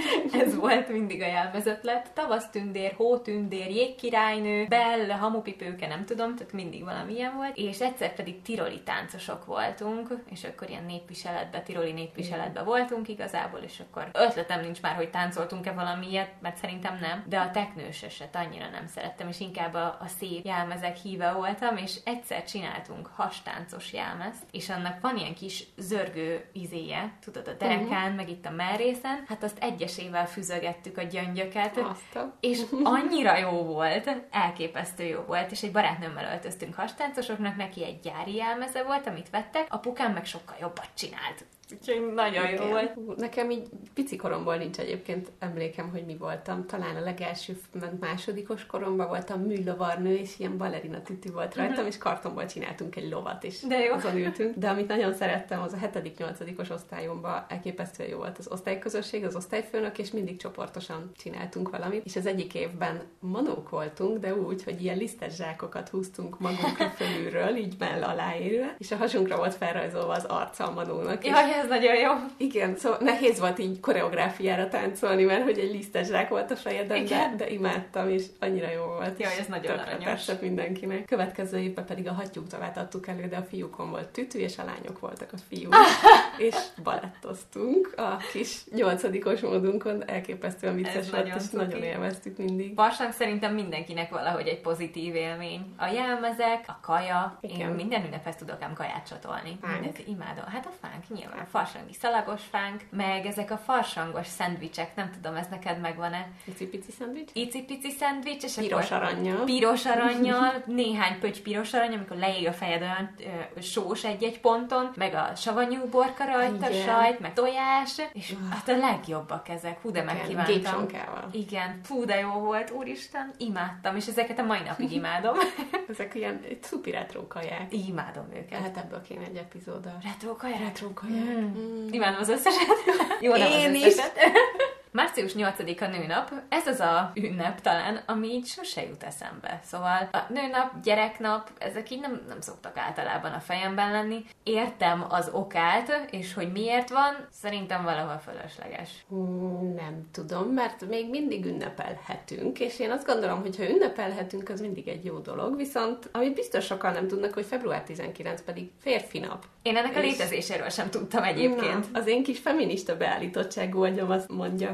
Ez volt mindig a jelmezötlet. Tavasz tündér, hó tündér, jégkirálynő, bell, hamupipőke, nem tudom, tehát mindig valami ilyen volt. És egyszer pedig tiroli táncosok voltunk, és akkor ilyen népviseletbe, tiroli népviseletbe voltunk igazából, és akkor ötletem nincs már, hogy táncoltunk-e valami ilyet, mert szerintem nem, de a teknősöset annyira nem szerettem, és inkább a, a szép jelmezek híve voltam, és egyszer csináltunk hastáncos jelmezt, és annak van ilyen kis zörgő izéje, tudod, a derekán, uh-huh. meg itt a mellrészen, hát azt egyesével füzögettük a gyöngyöket, Aztán. és annyira jó volt, elképesztő jó volt, és egy barátnőmmel öltöztünk hastáncosoknak, neki egy gyári jelmeze volt, amit vettek, apukám meg sokkal jobbat csinált. Úgyhogy nagyon jó volt. Nekem így pici koromból nincs egyébként emlékem, hogy mi voltam. Talán a legelső másodikos koromban voltam műlovarnő, és ilyen balerina tütű volt rajtam, uh-huh. és kartonból csináltunk egy lovat, és azon ültünk. De amit nagyon szerettem, az a hetedik-nyolcadikos osztályomban elképesztően jó volt az osztályközösség, az osztályfőnök, és mindig csoportosan csináltunk valamit. És az egyik évben manók voltunk, de úgy, hogy ilyen lisztes zsákokat húztunk magunkra fölülről, így mell alá érve, és a hasunkra volt felrajzolva az arca a manónak. Jaj, ez nagyon jó. Igen, szóval nehéz volt így koreográfiára táncolni, mert hogy egy lisztes zsák volt a fejedben, de, de imádtam, és annyira jó volt. Jaj, ez nagyon aranyos. Mindenkinek. Következő évben pedig a hattyúktavát adtuk elő, de a fiúkon volt tütű, és a lányok voltak a fiúk. és balettoztunk a kis nyolcadikos módunkon, elképesztően vicces lett, és nagyon élveztük mindig. Farsang szerintem mindenkinek valahogy egy pozitív élmény. A jelmezek, a kaja, igen. Én minden ünnephez tudok ám kaját csatolni. Mindent imádom. Hát a fánk nyilván. Farsangi szalagos fánk, meg ezek a farsangos szendvicsek, nem tudom, ez neked megvan-e? Icipici szendvics? Icipici szendvics, és piros arannyal. Piros arannyal, néhány pöcs piros arany, amikor leég a fejed olyan ö, sós egy-egy ponton, meg a savanyú borka rajta, igen. Sajt, meg tojás, és uh. hát a legjobbak ezek. Hú, de megkívántam. Gépsonkával. Igen, fú, de jó volt, úristen, imádtam, és ezeket a mai napig imádom. Ezek ilyen szupi retro kaják. Imádom őket. Hát ebből kéne egy epizóda. Retro kaják? Retro kaják. Mm. Mm. Imádom az összeset. Jó, nem Én az összeset. március nyolcadika nőnap, ez az a ünnep talán, ami így sose jut eszembe. Szóval a nőnap, gyereknap, ezek így nem, nem szoktak általában a fejemben lenni. Értem az okát, és hogy miért van, szerintem valahol fölösleges. Hmm, nem tudom, mert még mindig ünnepelhetünk, és én azt gondolom, hogy ha ünnepelhetünk, az mindig egy jó dolog, viszont amit biztos sokan nem tudnak, hogy február tizenkilencedike pedig férfi nap. Én ennek a létezéséről sem tudtam egyébként. Na, az én kis feminista beállítottságú agyam azt mondja,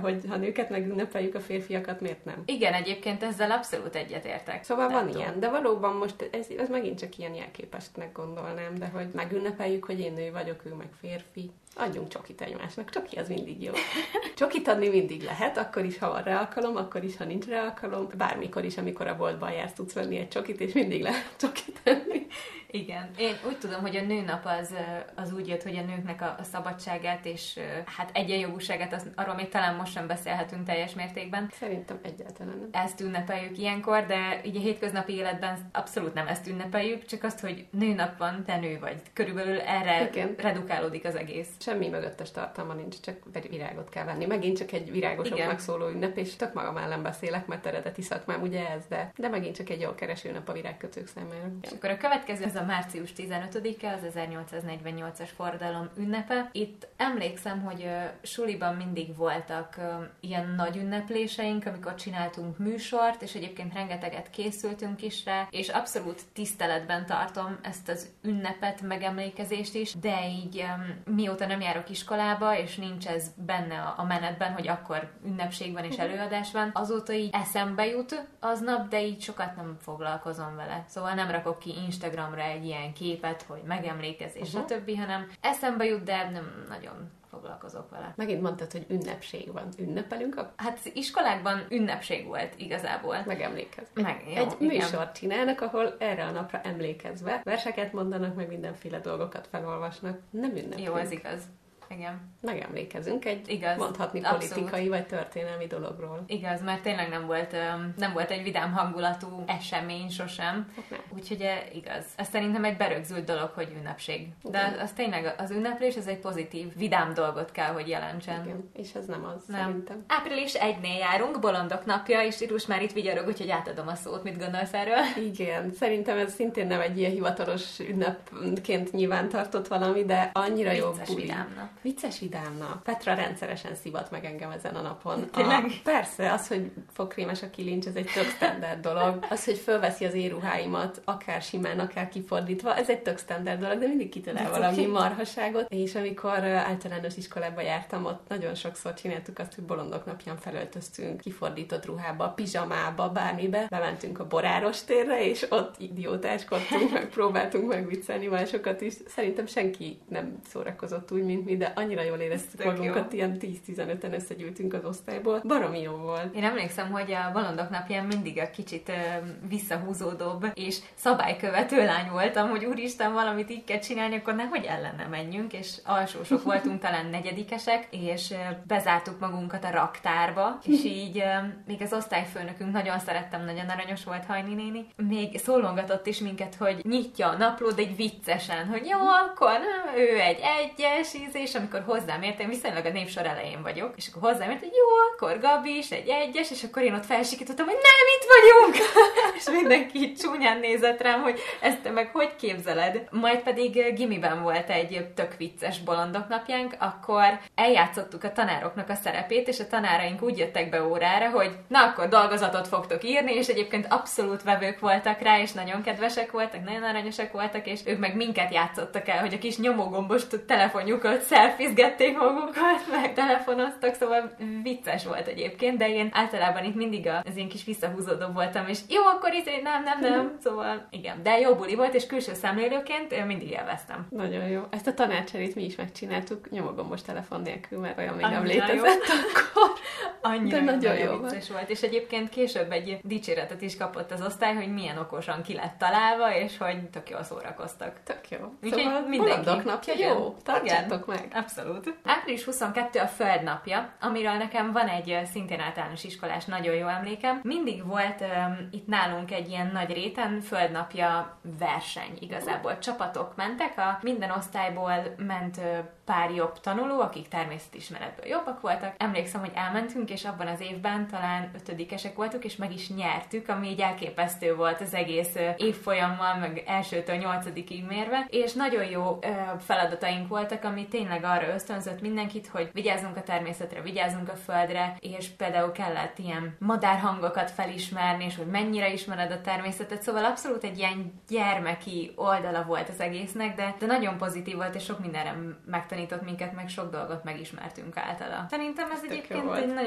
hogy ha nőket megünnepeljük, a férfiakat miért nem? Igen, egyébként ezzel abszolút egyetértek. Szóval van ilyen, de valóban most ez, ez megint csak ilyen jelképestnek gondolnám, de hogy megünnepeljük, hogy én nő vagyok, ő meg férfi. Adjunk csokit egymásnak. Csoki az mindig jó. Csokit adni mindig lehet, akkor is, ha van rá alkalom, akkor is, ha nincs rá alkalom. Bármikor is, amikor a boltban jársz, tudsz venni egy csokit, és mindig lehet csokit enni. Igen. Én úgy tudom, hogy a nőnap az, az úgy jött, hogy a nőknek a, a szabadságát és hát egyenjogúságát, az, arról még talán most sem beszélhetünk teljes mértékben. Szerintem egyáltalán nem. Ezt ünnepeljük ilyenkor, de így a hétköznapi életben abszolút nem ezt ünnepeljük, csak azt, hogy nőnap van, te nő vagy. Körülbelül erre Igen. redukálódik az egész. Semmi mögöttes tartalma nincs, csak virágot kell venni. Megint csak egy virágosoknak szóló ünnep, és tök magam ellen beszélek, mert eredeti szakmám ugye ez, de, de megint csak egy jól kereső nap a virágkötők számára. És akkor a következő, ez a március tizenötödike, az ezernyolcszáznegyvennyolcas forradalom ünnepe. Itt emlékszem, hogy uh, suliban mindig voltak uh, ilyen nagy ünnepléseink, amikor csináltunk műsort, és egyébként rengeteget készültünk is rá, és abszolút tiszteletben tartom ezt az ünnepet, megemlékezést is, de így um, mióta nem járok iskolába, és nincs ez benne a, a menetben, hogy akkor ünnepség van és előadás van, azóta így eszembe jut aznap, de így sokat nem foglalkozom vele. Szóval nem rakok ki Instagramra egy ilyen képet, hogy megemlékezés, uh-huh. stb., hanem eszembe jut, de nem nagyon foglalkozok vele. Megint mondtad, hogy ünnepség van. Ünnepelünk? A... Hát iskolákban ünnepség volt igazából. Megemlékezve. Meg, jó, egy igen. műsort csinálnak, ahol erre a napra emlékezve verseket mondanak, meg mindenféle dolgokat felolvasnak. Nem ünnepelünk. Jó, ez igaz. Igen. Megemlékezünk egy igaz, mondhatni politikai abszolút. Vagy történelmi dologról. Igaz, mert tényleg nem volt, nem volt egy vidám hangulatú esemény sosem. Úgyhogy igaz. Ez szerintem egy berögzült dolog, hogy ünnepség. De az, az tényleg az ünneplés, ez egy pozitív, vidám dolgot kell, hogy jelentsen. Igen, és ez nem az, nem. Szerintem. Április elsejénél járunk, Bolondok napja, és Irus már itt vigyarog, úgyhogy átadom a szót. Mit gondolsz erről? Igen, szerintem ez szintén nem egy ilyen hivatalos ünnepként nyilvántartott valami, de annyira jó buli. Vidámnap. Vicces vidámnap. Petra rendszeresen szivat meg engem ezen a napon. Tényleg? A, persze, az, hogy fogkrémes a kilincs, ez egy tök standard dolog. Az, hogy fölveszi az éruháimat, akár simán, akár kifordítva, ez egy tök standard dolog, de mindig kitalál valami marhaságot. És amikor általános iskolába jártam, ott nagyon sokszor csináltuk azt, hogy Bolondok napján felöltöztünk kifordított ruhába, pizsamába, bármibe. Bementünk a Boráros térre, és ott idiótáskodtunk, meg próbáltunk megviccelni másokat is. Szerintem senki nem szórakozott úgy, mint mi, de annyira jól éreztük magunkat, jó. Ilyen tíz-tizenöten összegyűltünk az osztályból. Baromi jó volt. Én emlékszem, hogy a Bolondok napján mindig a kicsit uh, visszahúzódóbb és szabálykövető lány voltam, hogy úristen, valamit így kell csinálni, akkor nehogy ellene menjünk, és alsósok voltunk, talán negyedikesek, és uh, bezártuk magunkat a raktárba, és így uh, még az osztályfőnökünk, nagyon szerettem, nagyon aranyos volt Hajni néni, még szólongatott is minket, hogy nyitja a naplót egy viccesen, hogy jó, akkor nem, ő egy egyes, és amikor hozzám ért, én viszonylag a névsor elején vagyok, és akkor hozzám ért, hogy jó, akkor Gabi is egy egyes, és akkor én ott felsikítottam, hogy nem, itt vagyunk! És mindenki csúnyán nézett rám, hogy ezt te meg hogy képzeled? Majd pedig gimiben volt egy tök vicces Bolondok napjánk, akkor eljátszottuk a tanároknak a szerepét, és a tanáraink úgy jöttek be órára, hogy na, akkor dolgozatot fogtok írni, és egyébként abszolút vevők voltak rá, és nagyon kedvesek voltak, nagyon aranyosak voltak, és ők meg minket játszottak el, hogy a kis nyomógombos telefonjukat szelfizgették magukat, meg telefonoztak, szóval vicces volt egyébként, de én általában itt mindig az én kis visszahúzódó voltam, és jó, akkor izé, nem, nem, nem, szóval igen, de jó buli volt, és külső szemlélőként mindig élveztem. Nagyon jó. Ezt a tanácserét mi is megcsináltuk nyomógombos telefon nélkül, mert olyan még nem létezett akkor. Annyira de nagyon jó vicces volt. És egyébként később egy dicséretet is kapott az osztály, hogy milyen okosan ki lett találva, és hogy tök jól szórakoztak. Tök jó. Úgyhogy szóval mindenki. Napja jó. Tartsátok meg. Abszolút. április huszonkettő a Földnapja, amiről nekem van egy szintén általános iskolás nagyon jó emlékem. Mindig volt um, itt nálunk egy ilyen nagy réten Földnapja verseny igazából. Csapatok mentek, a minden osztályból ment uh, pár jobb tanuló, akik természetismeretből jobbak voltak. Emlékszem, hogy elmentünk, és abban az évben talán ötödikesek voltunk, és meg is nyertük, ami így elképesztő volt az egész uh, évfolyammal, meg elsőtől nyolcadikig mérve, és nagyon jó uh, feladataink voltak, ami tényleg arra ösztönzött mindenkit, hogy vigyázzunk a természetre, vigyázzunk a földre, és például kellett ilyen madárhangokat felismerni, és hogy mennyire ismered a természetet, szóval abszolút egy ilyen gyermeki oldala volt az egésznek, de, de nagyon pozitív volt, és sok mindenre megtanított minket, meg sok dolgot megismertünk általa. Szerintem ez egyébként egy nagyon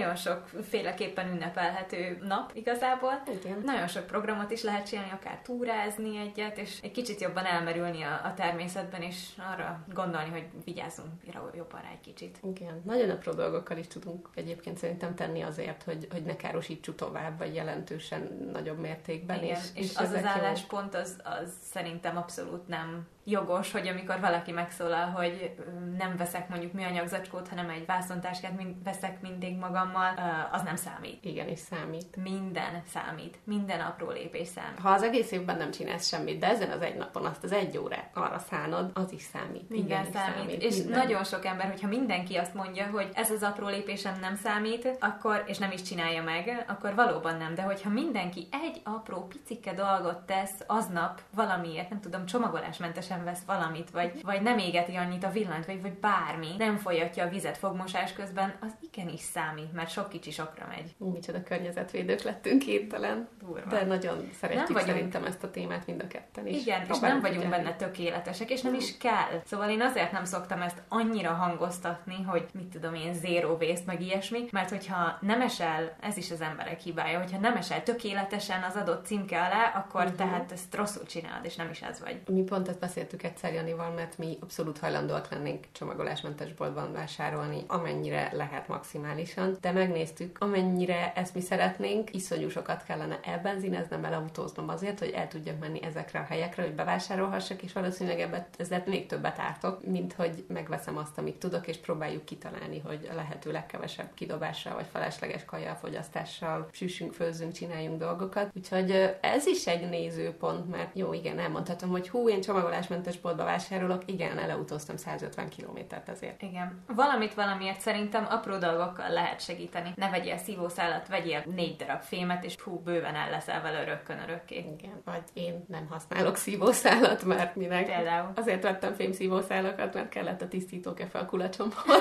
nagyon sokféleképpen ünnepelhető nap igazából. Igen. Nagyon sok programot is lehet csinálni, akár túrázni egyet, és egy kicsit jobban elmerülni a, a természetben, és arra gondolni, hogy vigyázzunk jobban rá egy kicsit. Igen. Nagyon apró dolgokkal is tudunk egyébként szerintem tenni azért, hogy, hogy ne károsítsuk tovább, vagy jelentősen nagyobb mértékben. Igen, és, és, és az az álláspont az, az szerintem abszolút nem jogos, hogy amikor valaki megszólal, hogy nem veszek mondjuk műanyag zacskót, hanem egy vászontáskát mind, veszek mindig magammal, az nem számít. Igen, és számít. Minden számít. Minden apró lépés számít. Ha az egész évben nem csinálsz semmit, de ezen az egy napon azt az egy órát arra szánod, az is számít. Minden Igen, számít. számít. És minden. nagyon sok ember, hogyha mindenki azt mondja, hogy ez az apró lépésem nem számít, akkor, és nem is csinálja meg, akkor valóban nem. De hogyha mindenki egy apró picike dolgot tesz aznap valamiért, nem tudom, csomagolásmentesen vesz valamit, vagy, vagy nem égeti annyit a villanyt, vagy, vagy bármi, nem folyatja a vizet fogmosás közben, az igenis számít, mert sok kicsi sokra megy. Micsoda környezetvédők lettünk hirtelen. Durva. De nagyon szeretjük vagyunk... szerintem ezt a témát mind a ketten is. Igen, és nem vagyunk figyelni. Benne tökéletesek, és nem is kell. Szóval én azért nem szoktam ezt annyira hangoztatni, hogy mit tudom én, zero waste, meg ilyesmi, mert hogyha nem esel, ez is az emberek hibája, hogyha nem esel tökéletesen az adott címke alá, akkor uh-huh. tehát ezt rosszul csinálod, és nem is ez vagy. Mi pont ezt beszéltük egyszer Janival, mert mi abszolút hajlandóak lennénk csomagolásmentes boltban vásárolni, amennyire lehet maximálisan, de megnéztük, amennyire ezt mi szeretnénk, iszonyú sokat kellene elbenzineznem, elautóznom azért, hogy el tudjak menni ezekre a helyekre, hogy bevásárolhassak, és valószínűleg ebbet, ezzel még többet ártok, mint hogy megveszem azt, amit tudok, és próbáljuk kitalálni, hogy a lehető legkevesebb kidobással, vagy felesleges kajafogyasztással süssünk, főzzünk, csináljunk dolgokat. Úgyhogy ez is egy nézőpont, mert jó, igen, elmondhatom, hogy hú, én csomagolásmentes boltba vásárolok, igen, elautóztam százötven kilométert ezért. Igen. Valamit valamiért szerintem apró dolgokkal lehet segíteni. Ne vegyél szívószálat, vegyél négy darab fémet, és hú, bőven el leszel vele örökkön örökké. Igen. Vagy én nem használok szívószálat, mert minek. Például. Azért vettem fémszívószálakat, mert kellett a tisztítókefe a kulacsomhoz.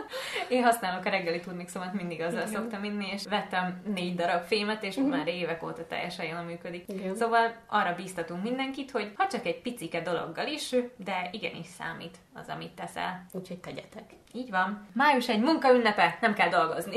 Én használok a reggeli turmixomat, mindig azzal igen. szoktam inni, és vettem négy darab fémet, és uh-huh. már évek óta teljesen jól működik. Igen. Szóval arra bíztatunk mindenkit, hogy ha csak egy picike dologgal is, de igenis számít az, amit teszel. Úgyhogy tegyetek. Így van. Május egy munkaünnepe, nem kell dolgozni.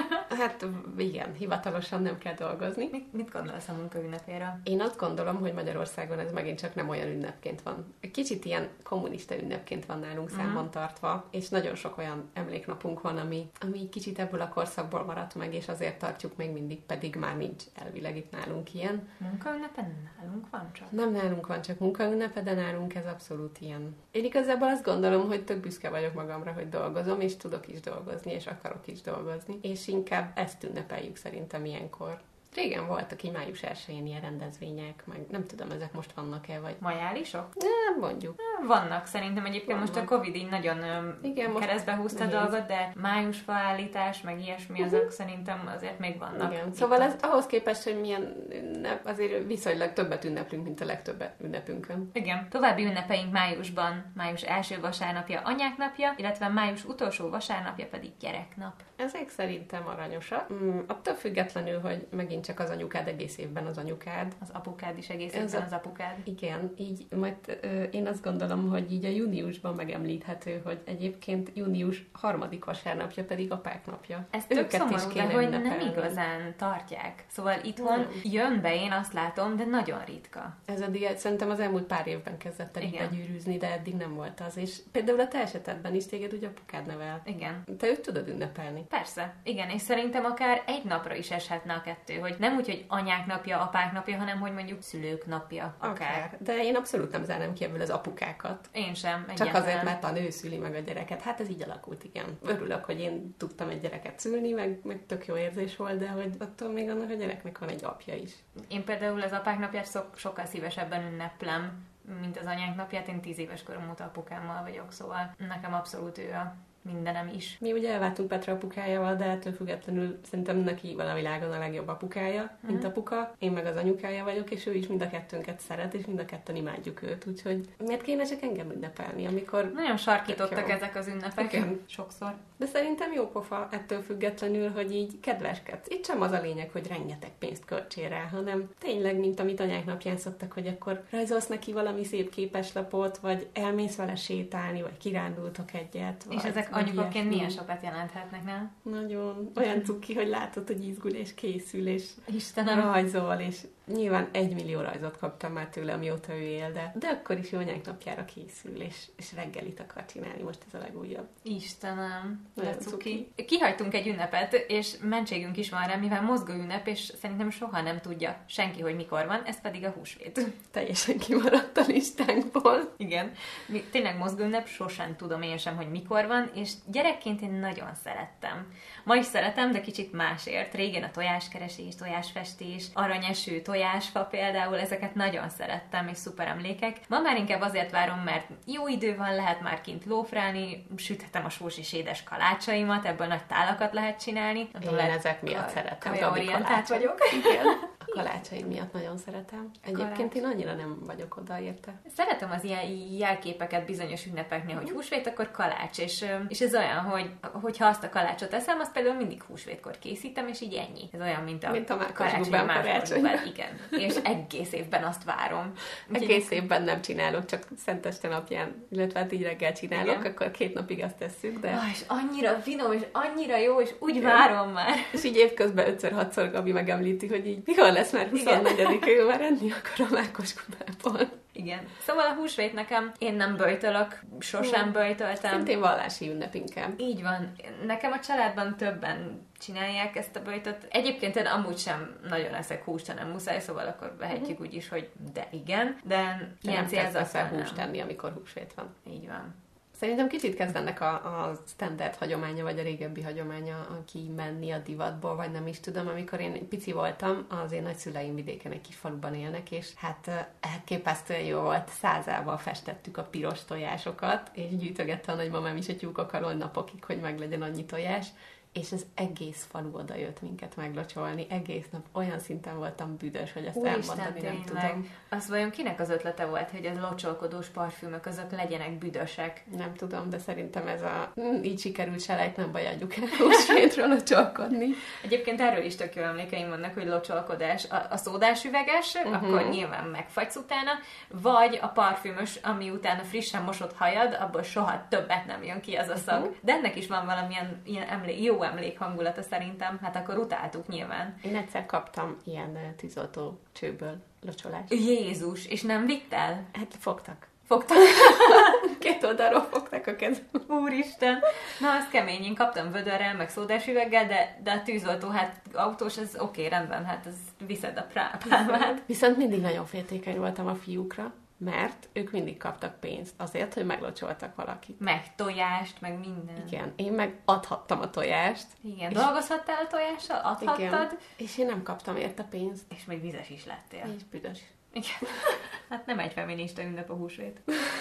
Hát igen, hivatalosan nem kell dolgozni. Mit, mit gondolsz a munkaünnepéről? Én azt gondolom, hogy Magyarországon ez megint csak nem olyan ünnepként van. Kicsit ilyen kommunista ünnepként van nálunk uh-huh. számon tartva, és nagyon sok olyan emléknapunk van, ami, ami kicsit ebből a korszakból maradt meg, és azért tartjuk még mindig, pedig már nincs elvileg itt nálunk ilyen. Munkaünnepe nálunk van csak? Nem nálunk van csak munkaünnepe, de nálunk ez abszolút ilyen. Én igazából azt gondolom, hogy tök büszke vagyok magamra, hogy dolgozom, és tudok is dolgozni, és akarok is dolgozni, és inkább ezt ünnepeljük szerintem ilyenkor. Régen voltak így május elsején ilyen rendezvények, meg nem tudom, ezek most vannak-e, vagy... Majálisok? Nem, mondjuk. Vannak, szerintem egyébként vannak. Most a Covid így nagyon igen, keresztbe húzta a dolgot, de május faállítás, meg ilyesmi, azok uh-huh. szerintem azért még vannak. Igen. Szóval ez ahhoz képest, hogy milyen ünnep, azért viszonylag többet ünneplünk, mint a legtöbb ünnepünkön. Igen. További ünnepeink májusban, május első vasárnapja anyák napja, illetve május utolsó vasárnapja pedig gyereknap. Ezek szerintem aranyosak. Mm, attól függetlenül, hogy megint csak az anyukád egész évben az anyukád. Az apukád is egész évben az apukád. Igen, így majd ö, én azt gondolom, hogy így a júniusban megemlíthető, hogy egyébként június harmadik vasárnapja pedig apák napja. Ez tök szomorú, de hogy nem igazán tartják. Szóval itthon nem. Jön be, én azt látom, de nagyon ritka. Ez eddig szerintem az elmúlt pár évben kezdett el így begyűrűzni, de eddig nem volt az. És például a te esetedben is téged ugye apukád nevel. Igen. Te őt tudod ünnepelni. Persze. Igen, és szerintem akár egy napra is eshetne a kettő, hogy nem úgy, hogy anyák napja, apák napja, hanem hogy mondjuk szülők napja. Akár. akár. De én abszolút nem zárnám ki ebből az apukákat. Én sem. Csak egyáltalán. Azért, mert a nő szüli meg a gyereket. Hát ez így alakult, igen. Örülök, hogy én tudtam egy gyereket szülni, meg, meg tök jó érzés volt, de hogy attól még annak a gyereknek van egy apja is. Én például az apák napját szok, sokkal szívesebben ünneplem, mint az anyák napját. Én tíz éves korom óta apukámmal vagyok, szóval nekem abszolút ő a mindenem is. Mi ugye elváltunk Petra apukájával, de ettől függetlenül szerintem neki van a világon a legjobb apukája, mm. mint apuka. Én meg az anyukája vagyok, és ő is mind a kettőnket szeret, és mind a ketten imádjuk őt, úgyhogy miért kéne csak engem ünnepelni, amikor... Nagyon sarkítottak ezek az ünnepek. Igen. Sokszor. De szerintem jó pofa ettől függetlenül, hogy így kedveskedsz. Itt sem az a lényeg, hogy rengeteg pénzt költsél rá, hanem tényleg, mint amit anyák napján szoktak, hogy akkor rajzolsz neki valami szép képeslapot, vagy elmész vele sétálni, vagy kirándultok egyet. Vagy... És ezek anyukaként milyen sokat jelenthetnek, nem? Nagyon. Olyan cuki, hogy látod, hogy izgul és készül, és Istenem. rajzol, és nyilván egy millió rajzot kaptam már tőle, amióta ő él, de, de akkor is jó anyák napjára készül, és, és reggelit akar csinálni, most ez a legújabb. Istenem, Nagyon de cuki. cuki. Kihagytunk egy ünnepet, és mentségünk is van rá, mivel mozgó ünnep, és szerintem soha nem tudja senki, hogy mikor van, ez pedig a húsvét. Teljesen kimaradt a listánkból. Igen. Mi, tényleg mozgó ünnep, sosem tudom én sem, hogy mikor van, és gyerekként én nagyon szerettem. Ma is szeretem, de kicsit másért. Régen a tojáskeresés, tojásfestés, aranyeső, tojásfa például, ezeket nagyon szerettem, és szuper emlékek. Ma már inkább azért várom, mert jó idő van, lehet már kint lófrálni, süthetem a sós és édes kalácsaimat, ebből nagy tálakat lehet csinálni. Én lehet, ezek miatt szeretem. Kajaorientált vagyok. Igen. A kalácsaid miatt nagyon szeretem. Egyébként én annyira nem vagyok oda érte. Szeretem az ilyen jelképeket bizonyos ünnepeknél, hogy húsvét, akkor kalács, és, és ez olyan, hogy hogyha azt a kalácsot eszem, azt például mindig húsvétkor készítem, és így ennyi. Ez olyan, mint a, mint a karácsony, karácsony. Igen. És egész évben azt várom. Egész évben nem csinálok, csak Szenteste napján, illetve hát így reggel csinálok, igen. Akkor két napig azt tesszük, de... Ah, és annyira finom, és annyira jó, és úgy igen. várom már. És így évközben ötször-hatszor Gabi megemlíti, hogy így mikor lesz már huszonnegyedikén, már enni akar a mákos kupából. Igen. Szóval a húsvét nekem, én nem böjtölök, sosem böjtöltem. Szintén vallási ünnep inkább. Így van. Nekem a családban többen csinálják ezt a böjtöt. Egyébként én amúgy sem nagyon eszek húst, hanem muszáj, szóval akkor vehetjük úgy is, hogy de igen. De te ilyen célzattal húst tenni, amikor húsvét van. Így van. Szerintem kicsit kezd ennek a, a standard hagyománya, vagy a régebbi hagyománya kimenni a divatból, vagy nem is tudom. Amikor én pici voltam, az én nagyszüleim vidéken egy kis faluban élnek, és hát elképesztően jó volt. Százával festettük a piros tojásokat, és gyűjtögette a nagymamám is a tyúkok alól napokig, hogy meglegyen annyi tojás. És az egész falu oda jött minket meglocsolni. Egész nap olyan szinten voltam büdös, hogy ezt Úristen, elmondani nem tényleg. tudom. Az vajon kinek az ötlete volt, hogy az locsolkodós parfümök azok legyenek büdösek? Nem tudom, de szerintem ez a hm, így sikerült selejt, nem baj, adjuk el húsvétről locsolkodni. Egyébként erről is tök jó emlékeim vannak, hogy locsolkodás. A, a szódás üveges, uh-huh. akkor nyilván megfagysz utána, vagy a parfümös, ami utána frissen mosott hajad, abból soha többet nem jön ki az a szag. Uh-huh. De ennek is van valamilyen ilyen emlé- jó emlék hangulata szerintem, hát akkor utáltuk nyilván. Én egyszer kaptam ilyen tűzoltó csőből locsolást. Jézus, és nem vitt el? Hát fogtak. Fogtak? Két oldalról fogtak a kezem. Úristen! Na, az kemény. Én kaptam vödörrel, meg szódás üveggel, de, de a tűzoltó, hát autós, ez oké, okay, rendben, hát ez viszed a pálmát. Viszont mindig nagyon féltékeny voltam a fiúkra, mert ők mindig kaptak pénzt azért, hogy meglocsoltak valakit. Meg tojást, meg minden. Igen, én meg adhattam a tojást. Igen, dolgozhattál a tojással? Adhattad? Igen, és én nem kaptam érte pénzt. És még vizes is lettél. És büdös. Igen. Hát nem egy feminista ünnep a húsvét.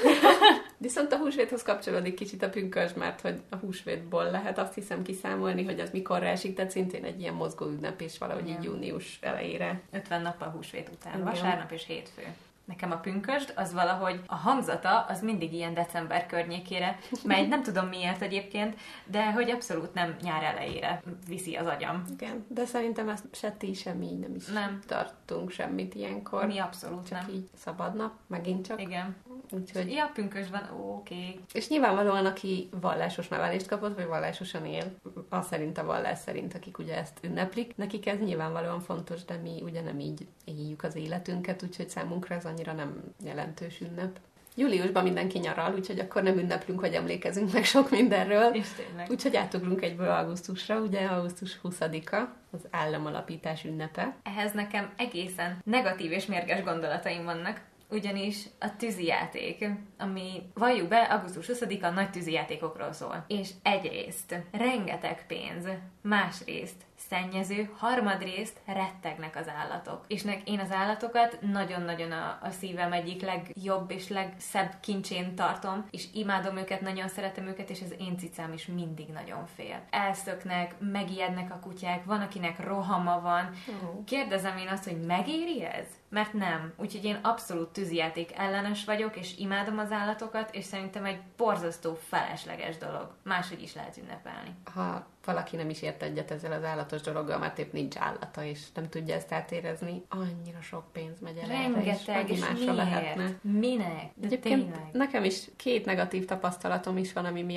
Viszont a húsvéthoz kapcsolódik kicsit a pünkösd, mert hogy a húsvétból lehet azt hiszem kiszámolni, hogy az mikorra esik, tehát szintén egy ilyen mozgó ünnep, és valahogy így június elejére. ötven nappal húsvét után, igen. Vasárnap és hétfő. Nekem a pünkösd, az valahogy a hangzata, az mindig ilyen december környékére megy, nem tudom miért egyébként, de hogy abszolút nem nyár elejére viszi az agyam. Igen, de szerintem ezt se ti, sem így nem is nem. tartunk semmit ilyenkor. Mi abszolút csak nem. így szabad nap, megint csak. Igen. Úgyhogy... Ja, pünkösd van, oké. Okay. És nyilvánvalóan, aki vallásos nevelést kapott, vagy vallásosan él, az szerint a vallás szerint, akik ugye ezt ünneplik, nekik ez nyilvánvalóan fontos, de mi ugye nem így éljük az életünket, úgyhogy számunkra ez annyira nem jelentős ünnep. Júliusban mindenki nyaral, úgyhogy akkor nem ünneplünk, vagy emlékezünk meg sok mindenről. És tényleg. Úgyhogy átugrunk egyből augusztusra, ugye augusztus huszadika, az államalapítás ünnepe. Ehhez nekem egészen negatív és mérges gondolataim vannak. Ugyanis a tűzijáték, ami valljuk be, augusztus huszadika nagy tűzijátékokról szól. És egyrészt rengeteg pénz, másrészt szennyező, harmadrészt rettegnek az állatok. És nek én az állatokat nagyon-nagyon a, a szívem egyik legjobb és legszebb kincsén tartom, és imádom őket, nagyon szeretem őket, és az én cicám is mindig nagyon fél. Elszöknek, megijednek a kutyák, van, akinek rohama van. Kérdezem én azt, hogy megéri ez? Mert nem. Úgyhogy én abszolút tűzijáték ellenes vagyok, és imádom az állatokat, és szerintem egy borzasztó felesleges dolog. Máshogy is lehet ünnepelni. Ha valaki nem is ért egyet ezzel az állatos dologgal, mert épp nincs állata, és nem tudja ezt átérezni, annyira sok pénz megy el rengeteg, és, és miért? Lehetne. Minek? De egyébként tényleg. Nekem is két negatív tapasztalatom is van, ami miatt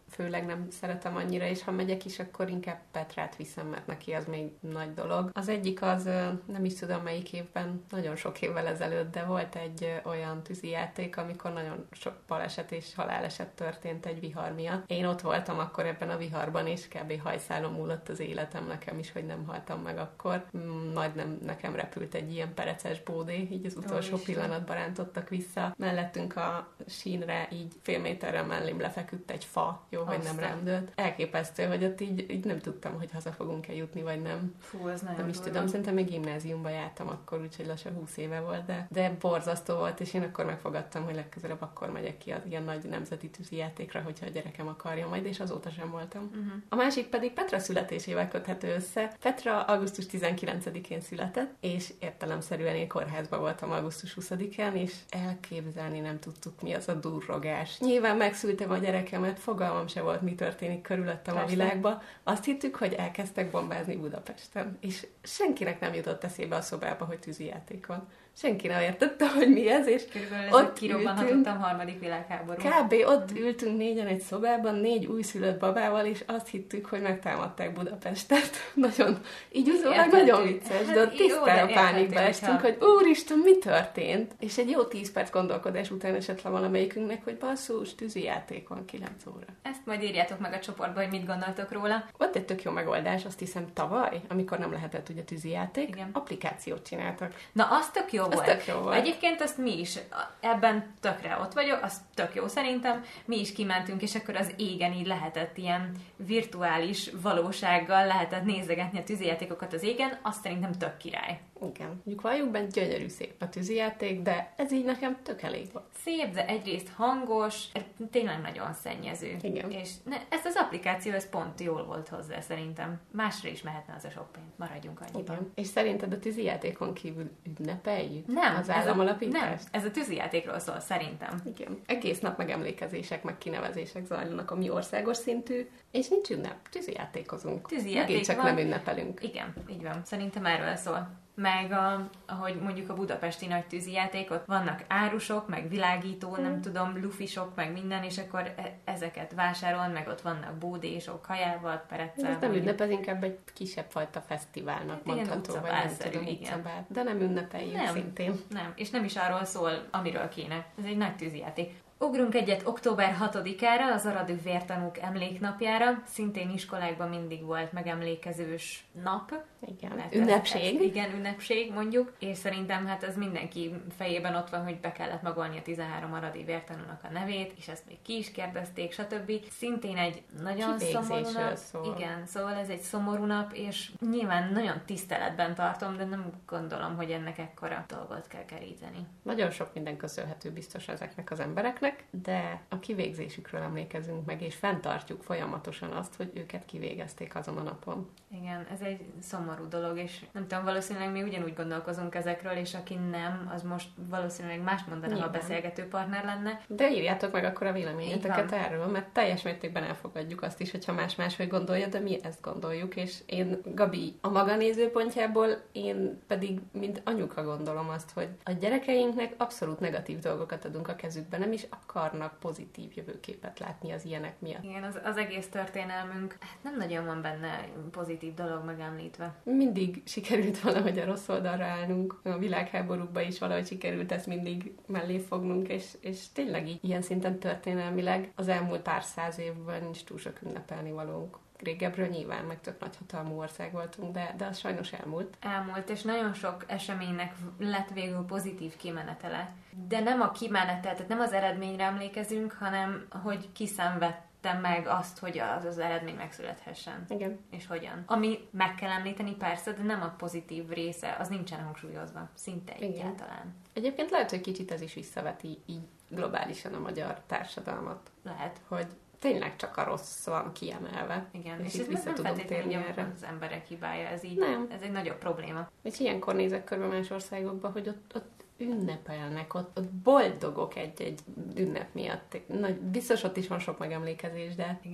főleg nem szeretem annyira, és ha megyek is, akkor inkább Petrát viszem, mert neki az még nagy dolog. Az egyik az, nem is tudom melyik évben, nagyon sok évvel ezelőtt, de volt egy olyan tűzijáték, amikor nagyon sok baleset és haláleset történt egy vihar miatt. Én ott voltam akkor ebben a viharban, és kb. Hajszálon múlott az életem nekem is, hogy nem haltam meg akkor. Majd nem nekem repült egy ilyen pereces bódé, így az utolsó oh, pillanatban rántottak vissza. Mellettünk a sínre így fél méterre mellém lefeküdt egy fa, jó, hogy nem rendőlt. Elképesztő, hogy ott így, így nem tudtam, hogy haza fogunk-e jutni, vagy nem. Fú, ez nagyon Nem is durva. tudom, szerintem még gimnáziumba jártam akkor, úgyhogy lassan húsz éve volt, de, de borzasztó volt, és én akkor megfogadtam, hogy legközelebb akkor megyek ki az ilyen nagy nemzeti tűzijátékra, hogyha a gyerekem akarja majd, és azóta sem voltam. Uh-huh. A másik pedig Petra születésével köthető össze. Petra augusztus tizenkilencedikén született, és értelemszerűen én kórházban voltam augusztus huszadikán, és elképzelni nem tudtuk, mi az a durrogás. Nyilván megszültem a gyerekemet, fogalmam se volt, mi történik körülöttem Persze. a világba. Azt hittük, hogy elkezdtek bombázni Budapesten, és senkinek nem jutott eszébe a szobába, hogy tűzijáték van. Senki nem értette, hogy mi ez, és körülbelül ott kirobbanhatott a harmadik világháború. Kb. ott uh-huh. ültünk négyen egy szobában, négy újszülött babával, és azt hittük, hogy megtámadták Budapestet. Nagyon, így utólag nagyon vicces, hát de ott tisztán a pánikba estünk, hogy úristen, mi történt? És egy jó tíz perc gondolkodás után esett le valamelyikünknek, hogy basszus, tűzijáték van kilenc óra. Ezt majd írjátok meg a csoportba, hogy mit gondoltok róla. Volt egy tök jó megoldás, azt hiszem tavaly, amikor nem lehetett ugye tűzijáték, Igen. applikációt csináltak. Na, az tök jó volt. Tök jó volt. Egyébként azt mi is, ebben tökre ott vagyok, az tök jó szerintem. Mi is kimentünk, és akkor az égen így lehetett ilyen virtuális valósággal lehetett nézegetni a tűzijátékokat az égen, azt szerintem tök király. Igen. Mondjuk valljuk benne, gyönyörű szép a tűzijáték, de ez így nekem tök elég volt. Szép, de egyrészt hangos, tényleg nagyon szennyező. Igen. És ne, ez az applikáció, ez pont jól volt hozzá szerintem. Másra is mehetne az a sok pénz. Maradjunk annyiban. Igen. És szerinted a tűzijátékon kívül ünnepeljük nem, az ez államalapítást? Nem, ez a tűzijátékról szól, szerintem. Igen. Egész nap megemlékezések, meg kinevezések zajlanak a mi országos szintű, és nincs ünnep. Tűzijátékozunk. Tűzijáték Megint csak van. nem ünnepelünk. Igen, így van. Szerintem erről szól. Meg a, ahogy mondjuk a budapesti nagy tűzijátékot, vannak árusok, meg világító, hmm. nem tudom, lufisok, meg minden, és akkor e- ezeket vásárol, meg ott vannak bódésok hajával, pereccel. Ez nem ünnep, ez inkább egy kisebb fajta fesztiválnak hát mondható, vagy nem tudom, utcabál. De nem ünnepeljük nem, szintén. Nem, és nem is arról szól, amiről kéne. Ez egy nagy tűzijáték. Ugrunk egyet október hatodikára, az Aradű vértanúk emléknapjára. Szintén iskolákban mindig volt megemlékezős nap. Igen, ünnepség. Ez, igen, ünnepség mondjuk. És szerintem hát ez mindenki fejében ott van, hogy be kellett magolni a tizenhárom aradi vértanúnak a nevét, és ezt még ki is kérdezték, stb. Szintén egy nagyon szomorú nap. Szól. Igen, szóval ez egy szomorú nap, és nyilván nagyon tiszteletben tartom, de nem gondolom, hogy ennek ekkora dolgot kell keríteni. Nagyon sok minden köszönhető biztos ezeknek az embereknek, de a kivégzésükről emlékezünk meg, és fenntartjuk folyamatosan azt, hogy őket kivégezték azon a napon. Igen, ez egy szomorú dolog, és nem tudom, valószínűleg mi ugyanúgy gondolkozunk ezekről, és aki nem, az most valószínűleg más mondana, ha a beszélgető partner lenne. De írjátok meg akkor a véleményeteket erről, mert teljes mértékben elfogadjuk azt is, hogyha más-más hogy gondolja, de mi ezt gondoljuk, és én, Gabi, a maga nézőpontjából, én pedig, mint anyuka gondolom azt, hogy a gyerekeinknek abszolút negatív dolgokat adunk a kezükbe, nem is akarnak pozitív jövőképet látni az ilyenek miatt. Igen, az, az egész történelmünk, hát nem nagyon van benne pozitív dolog megemlítve. Mindig sikerült valahogy a rossz oldalra állnunk, a világháborúkban is valahogy sikerült ezt mindig mellé fognunk, és, és tényleg így ilyen szinten történelmileg az elmúlt pár száz évben nincs túl sok ünnepelni valónk. Régebről nyilván, meg tök nagyhatalmú ország voltunk, de, de az sajnos elmúlt. Elmúlt, és nagyon sok eseménynek lett végül pozitív kimenetele. De nem a kimenetel, tehát nem az eredményre emlékezünk, hanem hogy kiszenvedte meg azt, hogy az, az eredmény megszülethessen. Igen. És hogyan. Ami meg kell említeni persze, de nem a pozitív része, az nincsen hangsúlyozva. Szinte egyáltalán. Egyébként lehet, hogy kicsit ez is visszaveti így globálisan a magyar társadalmat. Lehet. Hogy tényleg csak a rossz van kiemelve. Igen, és, és itt vissza nem tudunk térni erre. Az emberek hibája, ez így, nem. Ez egy nagyobb probléma. És ilyenkor nézek körbe más országokba, hogy ott, ott ünnepelnek, ott, ott boldogok egy-egy ünnep miatt. Nagy, biztos ott is van sok megemlékezés, de, Igen.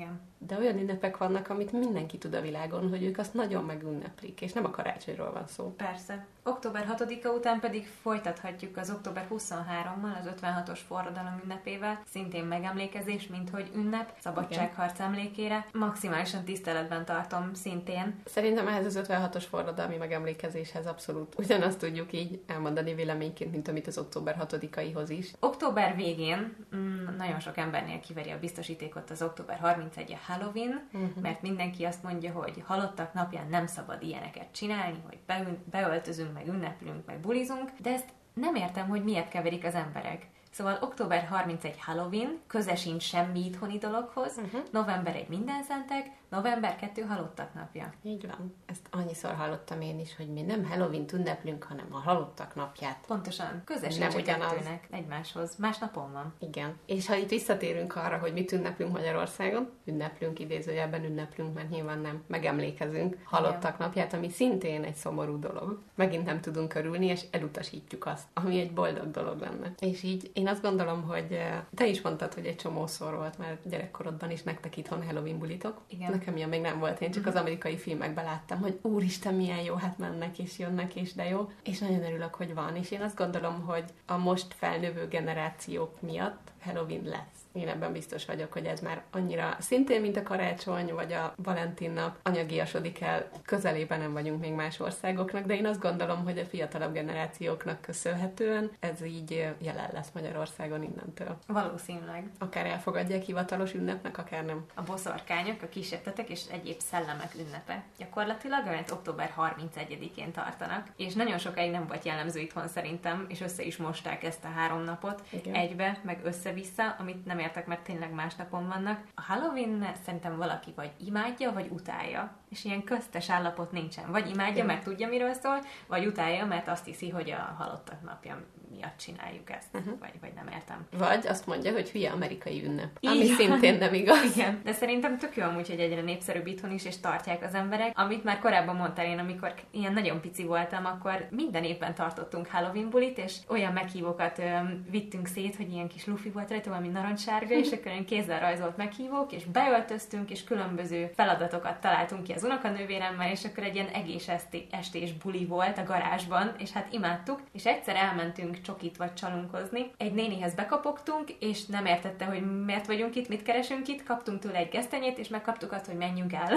de olyan ünnepek vannak, amit mindenki tud a világon, hogy ők azt nagyon megünneplik, és nem a karácsonyról van szó. Persze. október hatodika után pedig folytathatjuk az október huszonharmadikával, az ötvenhatos forradalom ünnepével, szintén megemlékezés, mint hogy ünnep, szabadságharc emlékére. Maximálisan tiszteletben tartom szintén. Szerintem ehhez az ötvenhatos forradalmi megemlékezéshez abszolút ugyanazt tudjuk így elmondani véleményként, mint amit az október hatodikaihoz is. Október végén mm, nagyon sok embernél kiveri a biztosítékot az október harmincegyedike a Halloween, uh-huh. mert mindenki azt mondja, hogy halottak napján nem szabad ilyeneket csinálni, hogy beün- beöltözünk, meg ünneplünk, meg bulizunk, de ezt nem értem, hogy miért keverik az emberek. Szóval október harmincegyedike Halloween, köze sincs semmi itthoni dologhoz, uh-huh. november egy mindenszentek, november kettő halottak napja. Így van. Ezt annyiszor hallottam én is, hogy mi nem Halloween-t ünneplünk, hanem a halottak napját. Pontosan. Köze sincs a kettőnek egymáshoz. Más napon van. Igen. És ha itt visszatérünk arra, hogy mit ünneplünk Magyarországon, ünneplünk, idézőjelben ünneplünk, mert nyilván nem megemlékezünk halottak Igen. napját, ami szintén egy szomorú dolog. Megint nem tudunk örülni, és elutasítjuk azt, ami egy boldog dolog lenne. És így én azt gondolom, hogy te is mondtad, hogy egy csomószor volt már gyerekkorodban is nektek itthon Halloween bulitok. Igen. Nekem ilyen még nem volt, én csak uh-huh. az amerikai filmekben láttam, hogy úristen, milyen jó, hát mennek és jönnek, és de jó. És nagyon örülök, hogy van. És én azt gondolom, hogy a most felnövő generációk miatt Halloween lesz. Én ebben biztos vagyok, hogy ez már annyira szintén, mint a karácsony, vagy a Valentin nap anyagiasodik el. Közelében nem vagyunk még más országoknak, de én azt gondolom, hogy a fiatalabb generációknak köszönhetően ez így jelen lesz Magyarországon innentől. Valószínűleg. Akár elfogadják hivatalos ünnepnek, akár nem. A boszorkányok, a kísértetek és egyéb szellemek ünnepe. Gyakorlatilag, amit október harmincegyedikén tartanak, és nagyon sokáig nem volt jellemző itthon szerintem, és össze is mosták ezt a három napot Igen. egybe, meg össze-vissza, amit nem értek, mert tényleg más napon vannak. A Halloween szerintem valaki vagy imádja, vagy utálja. És ilyen köztes állapot nincsen. Vagy imádja, Igen. mert tudja, miről szól, vagy utálja, mert azt hiszi, hogy a halottak napja miatt csináljuk ezt. Uh-huh. Vagy, vagy nem értem. Vagy azt mondja, hogy hülye amerikai ünnep. Ami Igen. szintén nem igaz. Igen. De szerintem tök jó amúgy, hogy egyre népszerűbb itthon is, és tartják az emberek. Amit már korábban mondtál én, amikor ilyen nagyon pici voltam, akkor minden évben tartottunk Halloween bulit, és olyan meghívókat öm, vittünk szét, hogy ilyen kis lufi volt rajta, valami narancssárga, és akkor ilyen kézzel rajzolt meghívók, és beöltöztünk, és különböző feladatokat találtunk ki az unokanővéremmel, és akkor egy ilyen egész esti, estés buli volt a garázsban, és hát imádtuk, és egyszer elmentünk csokit vagy csalunkozni. Egy nénihez bekapogtunk, és nem értette, hogy miért vagyunk itt, mit keresünk itt, kaptunk tőle egy gesztenyét, és megkaptuk azt, hogy menjünk el.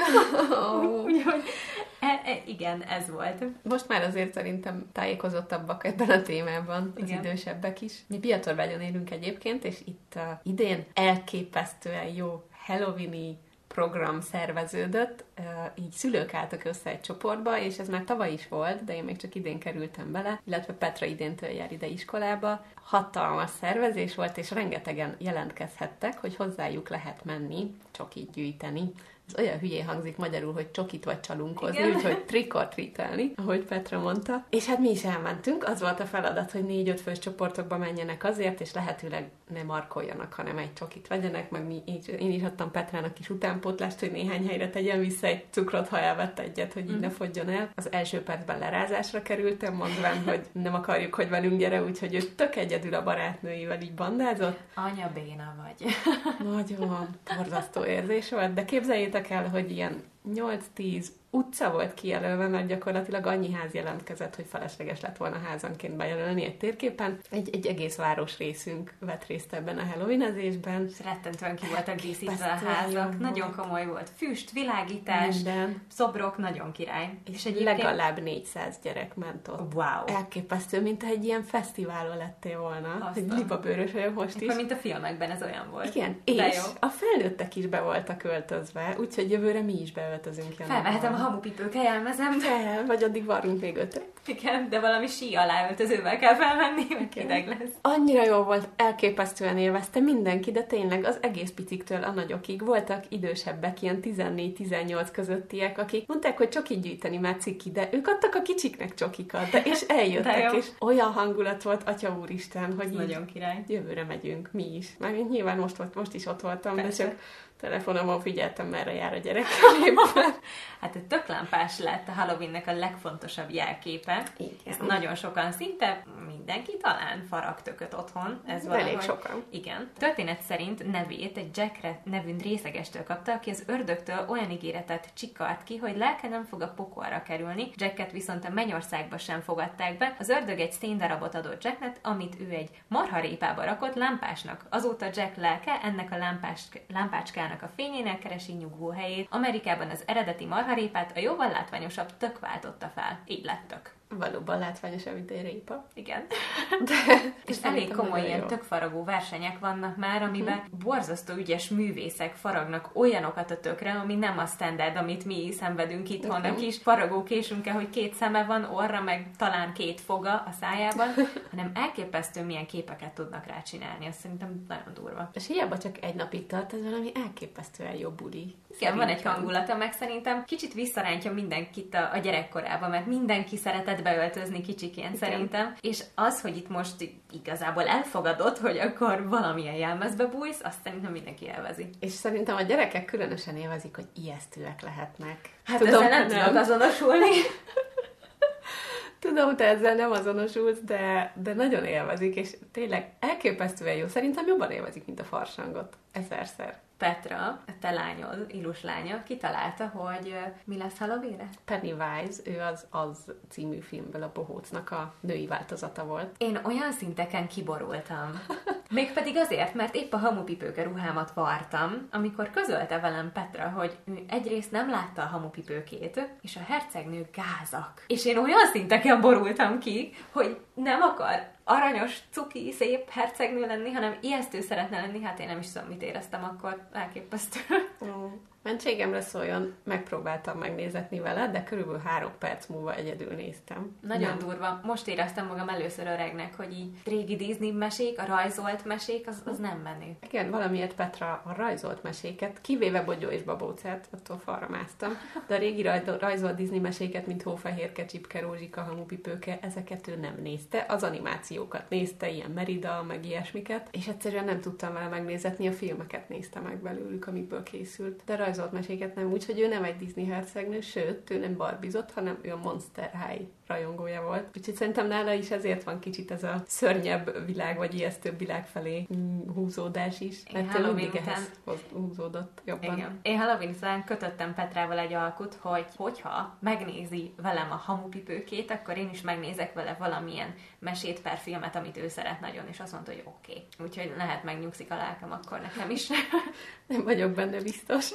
Oh. Úgyhogy e, e, igen, ez volt. Most már azért szerintem tájékozottabbak ebben a témában, az igen. idősebbek is. Mi Piatorvágyon élünk egyébként, és itt uh, idén elképesztően jó Halloween-i program szerveződött, így szülők álltak össze egy csoportba, és ez már tavaly is volt, de én még csak idén kerültem bele, illetve Petra idéntől jár ide iskolába. Hatalmas szervezés volt, és rengetegen jelentkezhettek, hogy hozzájuk lehet menni, csokit gyűjteni. Ez olyan hülyén hangzik magyarul, hogy csokit vagy csalunkozni, úgyhogy trick-or-treatelni, ahogy Petra mondta. És hát mi is elmentünk, az volt a feladat, hogy négy-öt fős csoportokba menjenek azért, és lehetőleg ne markoljanak, hanem egy csokit vegyenek, meg mi, így, én is adtam Petrának kis utánpótlást, hogy néhány helyre tegyen vissza egy cukrot, ha elvett egyet, hogy így mm. ne fogjon el. Az első percben lerázásra kerültem, mondván, hogy nem akarjuk, hogy velünk gyere, úgyhogy ő tök egyedül a barátnőivel így bandázott. Anya béna vagy. Nagyon borzasztó érzés volt, de képzeljétek el, hogy ilyen nyolc-tíz utca volt kijelölve, mert gyakorlatilag annyi ház jelentkezett, hogy felesleges lett volna házanként bejelölni egy térképen. Egy, egy egész városrészünk vett részt ebben a Halloween-ezésben. Rettenetően ki voltak díszítve a házak. Nagyon komoly volt. Füst, világítás, minden. Szobrok, nagyon király. És, és egyébként... legalább négyszáz gyerek ment ott. Wow. Elképesztő, mint egy ilyen fesztiválon lettél volna. Egy libabőrös vagyok most is. Mint a filmekben ez olyan volt. Igen, de és jó. A felnőttek is be voltak öltözve, úgyhogy jövőre mi is beöltözünk. Felvehetem a hamupipőke jelmezem. Fel, vagy addig varrunk még ötöt. Igen, de valami sí aláöltözővel kell felmenni, meg hideg lesz. Annyira jó volt, elképesztően élvezte mindenki, de tényleg az egész piciktől a nagyokig voltak idősebbek, ilyen tizennégy-tizennyolc közöttiek, akik mondták, hogy csokit gyűjteni már ciki, de ők adtak a kicsiknek csokikat, de és eljöttek, és olyan hangulat volt, atya úristen, hogy így nagyon király. Jövőre megyünk, mi is. Már nyilván most, volt, most is ott voltam, persze. De csak telefonomon figyeltem, merre jár a gyerekkel. Hát egy tök lámpás lett a Halloweennek a legfontosabb jelképe. illetve Igen. ezt nagyon sokan, szinte mindenki talán faragtököt otthon. Ez valahogy... Elég sokan. Igen. Történet szerint nevét egy Jack nevű részegestől kapta, aki az ördögtől olyan ígéretet csikart ki, hogy lelke nem fog a pokolra kerülni. Jacket viszont a mennyországba sem fogadták be. Az ördög egy széndarabot adott Jacknek, amit ő egy marharépába rakott lámpásnak. Azóta Jack lelke ennek a lámpás, lámpácskának a fényénél keresi nyugvó helyét. Amerikában az eredeti marharépát a jóval látványosabb tök váltotta fel. Így lett tök. Valóban látványosabb, mint egy répa. Igen. De, és elég komoly ilyen tökfaragó versenyek vannak már, amiben hm. borzasztó ügyes művészek faragnak olyanokat a tökre, ami nem a standard, amit mi szenvedünk itthon. A kis faragókésünkkel, hogy két szeme van, orra, meg talán két foga a szájában, hanem elképesztő milyen képeket tudnak rá csinálni. Azt szerintem nagyon durva. És hiába csak egy napig tart, ez valami elképesztően jó buli. Igen, van egy hangulata, meg szerintem kicsit visszarántja mindenkit a, a gyerekkorába, mert mindenki szeretett beöltözni kicsikén. Igen. Szerintem. És az, hogy itt most igazából elfogadott, hogy akkor valamilyen jelmezbe bújsz, azt szerintem mindenki élvezi. És szerintem a gyerekek különösen élvezik, hogy ijesztőek lehetnek. Hát tudom, ezzel nem tudok azonosulni. Tudom, te ezzel nem azonosulsz, de, de nagyon élvezik, és tényleg elképesztően jó. Szerintem jobban élvezik, mint a farsangot. Ezerszer. Petra, a te lányod, Ilus lánya, kitalálta, hogy uh, mi lesz Halloweenre? Pennywise, ő az Az című filmből a Bohócnak a női változata volt. Én olyan szinteken kiborultam. Mégpedig azért, mert épp a hamupipőke ruhámat vartam, amikor közölte velem Petra, hogy ő egyrészt nem látta a hamupipőkét, és a hercegnő gázak. És én olyan szinteken borultam ki, hogy nem akar aranyos, cuki, szép hercegnő lenni, hanem ijesztő szeretne lenni, hát én nem is tudom, mit éreztem akkor, elképesztő. Mm. Mentségemre szóljon, megpróbáltam megnézetni vele, de körülbelül három perc múlva egyedül néztem. Nagyon nem. durva. Most éreztem magam először öregnek, hogy így régi Disney mesék, a rajzolt mesék, az, az nem menő. Igen, valamiért Petra a rajzolt meséket, kivéve Bogyó és Babócát, attól falra másztam, de a régi rajzolt Disney meséket, mint Hófehérke, Csipke, Rózsika, Hamupipőke, ezeket ő nem nézte, az animációkat nézte, ilyen Merida, meg ilyesmiket, és egyszerűen nem tudtam vele megnézetni, a filmeket nézte meg belőlük, amikből készült. De rajzolt meséket nem, úgyhogy ő nem egy Disney hercegnő, sőt, ő nem barbizott, hanem ő a Monster High rajongója volt. Úgyhogy szerintem nála is ezért van kicsit ez a szörnyebb világ, vagy ijesztőbb világ felé húzódás is. Én mert ő mindig ehhez húzódott jobban. Igen. Én Halloween után kötöttem Petrával egy alkut, hogy hogyha megnézi velem a hamupipőkét, akkor én is megnézek vele valamilyen mesét per filmet, amit ő szeret nagyon, és azt mondta, hogy oké. Okay. Úgyhogy lehet megnyugszik a lelkem akkor nekem is. Nem vagyok benne biztos.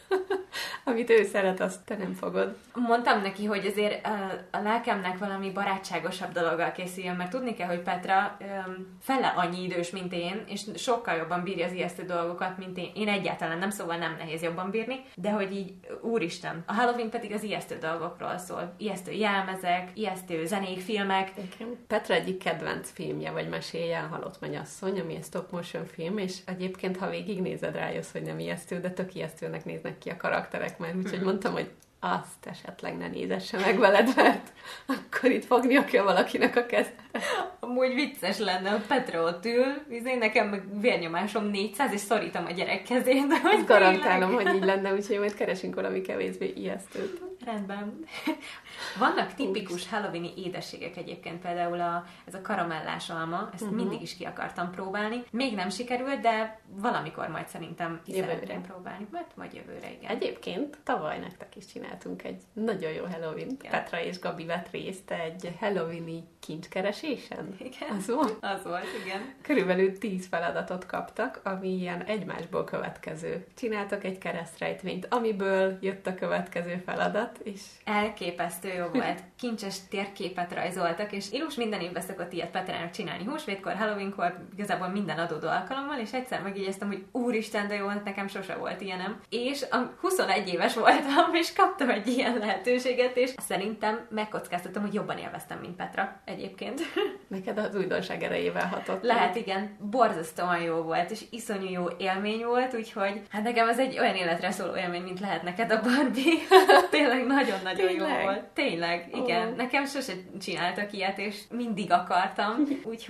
Amit ő szeret, azt te nem fogod. Mondtam neki, hogy azért a lelkemnek valami barátságosabb dologgal készüljön, mert tudni kell, hogy Petra um, fele annyi idős, mint én, és sokkal jobban bírja az ijesztő dolgokat, mint én. Én egyáltalán nem, szóval nem nehéz jobban bírni, de hogy így, úristen. A Halloween pedig az ijesztő dolgokról szól. Ijesztő jelmezek, ijesztő zenék, filmek. Igen. Petra egyik kedvenc filmje, vagy meséje a Halott mennyasszony, ami egy stop motion film, és egyébként, ha végignézed, rájössz, hogy nem ijesztő, de tök ijesztőnek néznek ki a karakterek már, úgyhogy mondtam, hogy azt esetleg ne nézesse meg veled, mert akkor itt fognia kell valakinek a kezet. Amúgy vicces lenne, a Petra ott ül, én nekem meg vérnyomásom négyszáz, és szorítom a gyerek kezét. Azt garantálom, hogy így lenne, úgyhogy majd keresünk valami kevésbé ijesztőt. Rendben. Vannak tipikus halloweeni édességek egyébként, például a, ez a karamellás alma, ezt uh-huh. mindig is ki akartam próbálni. Még nem sikerült, de valamikor majd szerintem ki szeretném próbálni. Majd, majd jövőre, igen. Egyébként tavaly nektek is csináltunk egy nagyon jó Halloween. Igen. Petra és Gabi vett részt egy halloweeni kincskeresésen. Igen. Az volt? Az volt, igen. Körülbelül tíz feladatot kaptak, ami ilyen egymásból következő. Csináltak egy keresztrejtvényt, amiből jött a következő feladat, és... Elképesztő jó volt. Kincses térképet rajzoltak, és Ilus minden évben szokott ilyet Petrának csinálni. Húsvétkor, Halloweenkor, igazából minden adódó alkalommal, és egyszer megjegyeztem, hogy úristen, de jó, hát nekem sose volt ilyenem. És a huszonegy éves voltam, és kaptam egy ilyen lehetőséget, és szerintem megkockáztattam, hogy jobban élveztem, mint Petra egyébként. Neked az újdonság erejével hatott. Lehet, igen. Borzasztóan jó volt, és iszonyú jó élmény volt, úgyhogy hát nekem az egy olyan életre szóló élmény, mint lehet neked a Barbie. Tényleg nagyon-nagyon jó volt. Tényleg, igen. Oh. Nekem sose csináltak ilyet, és mindig akartam, úgyhogy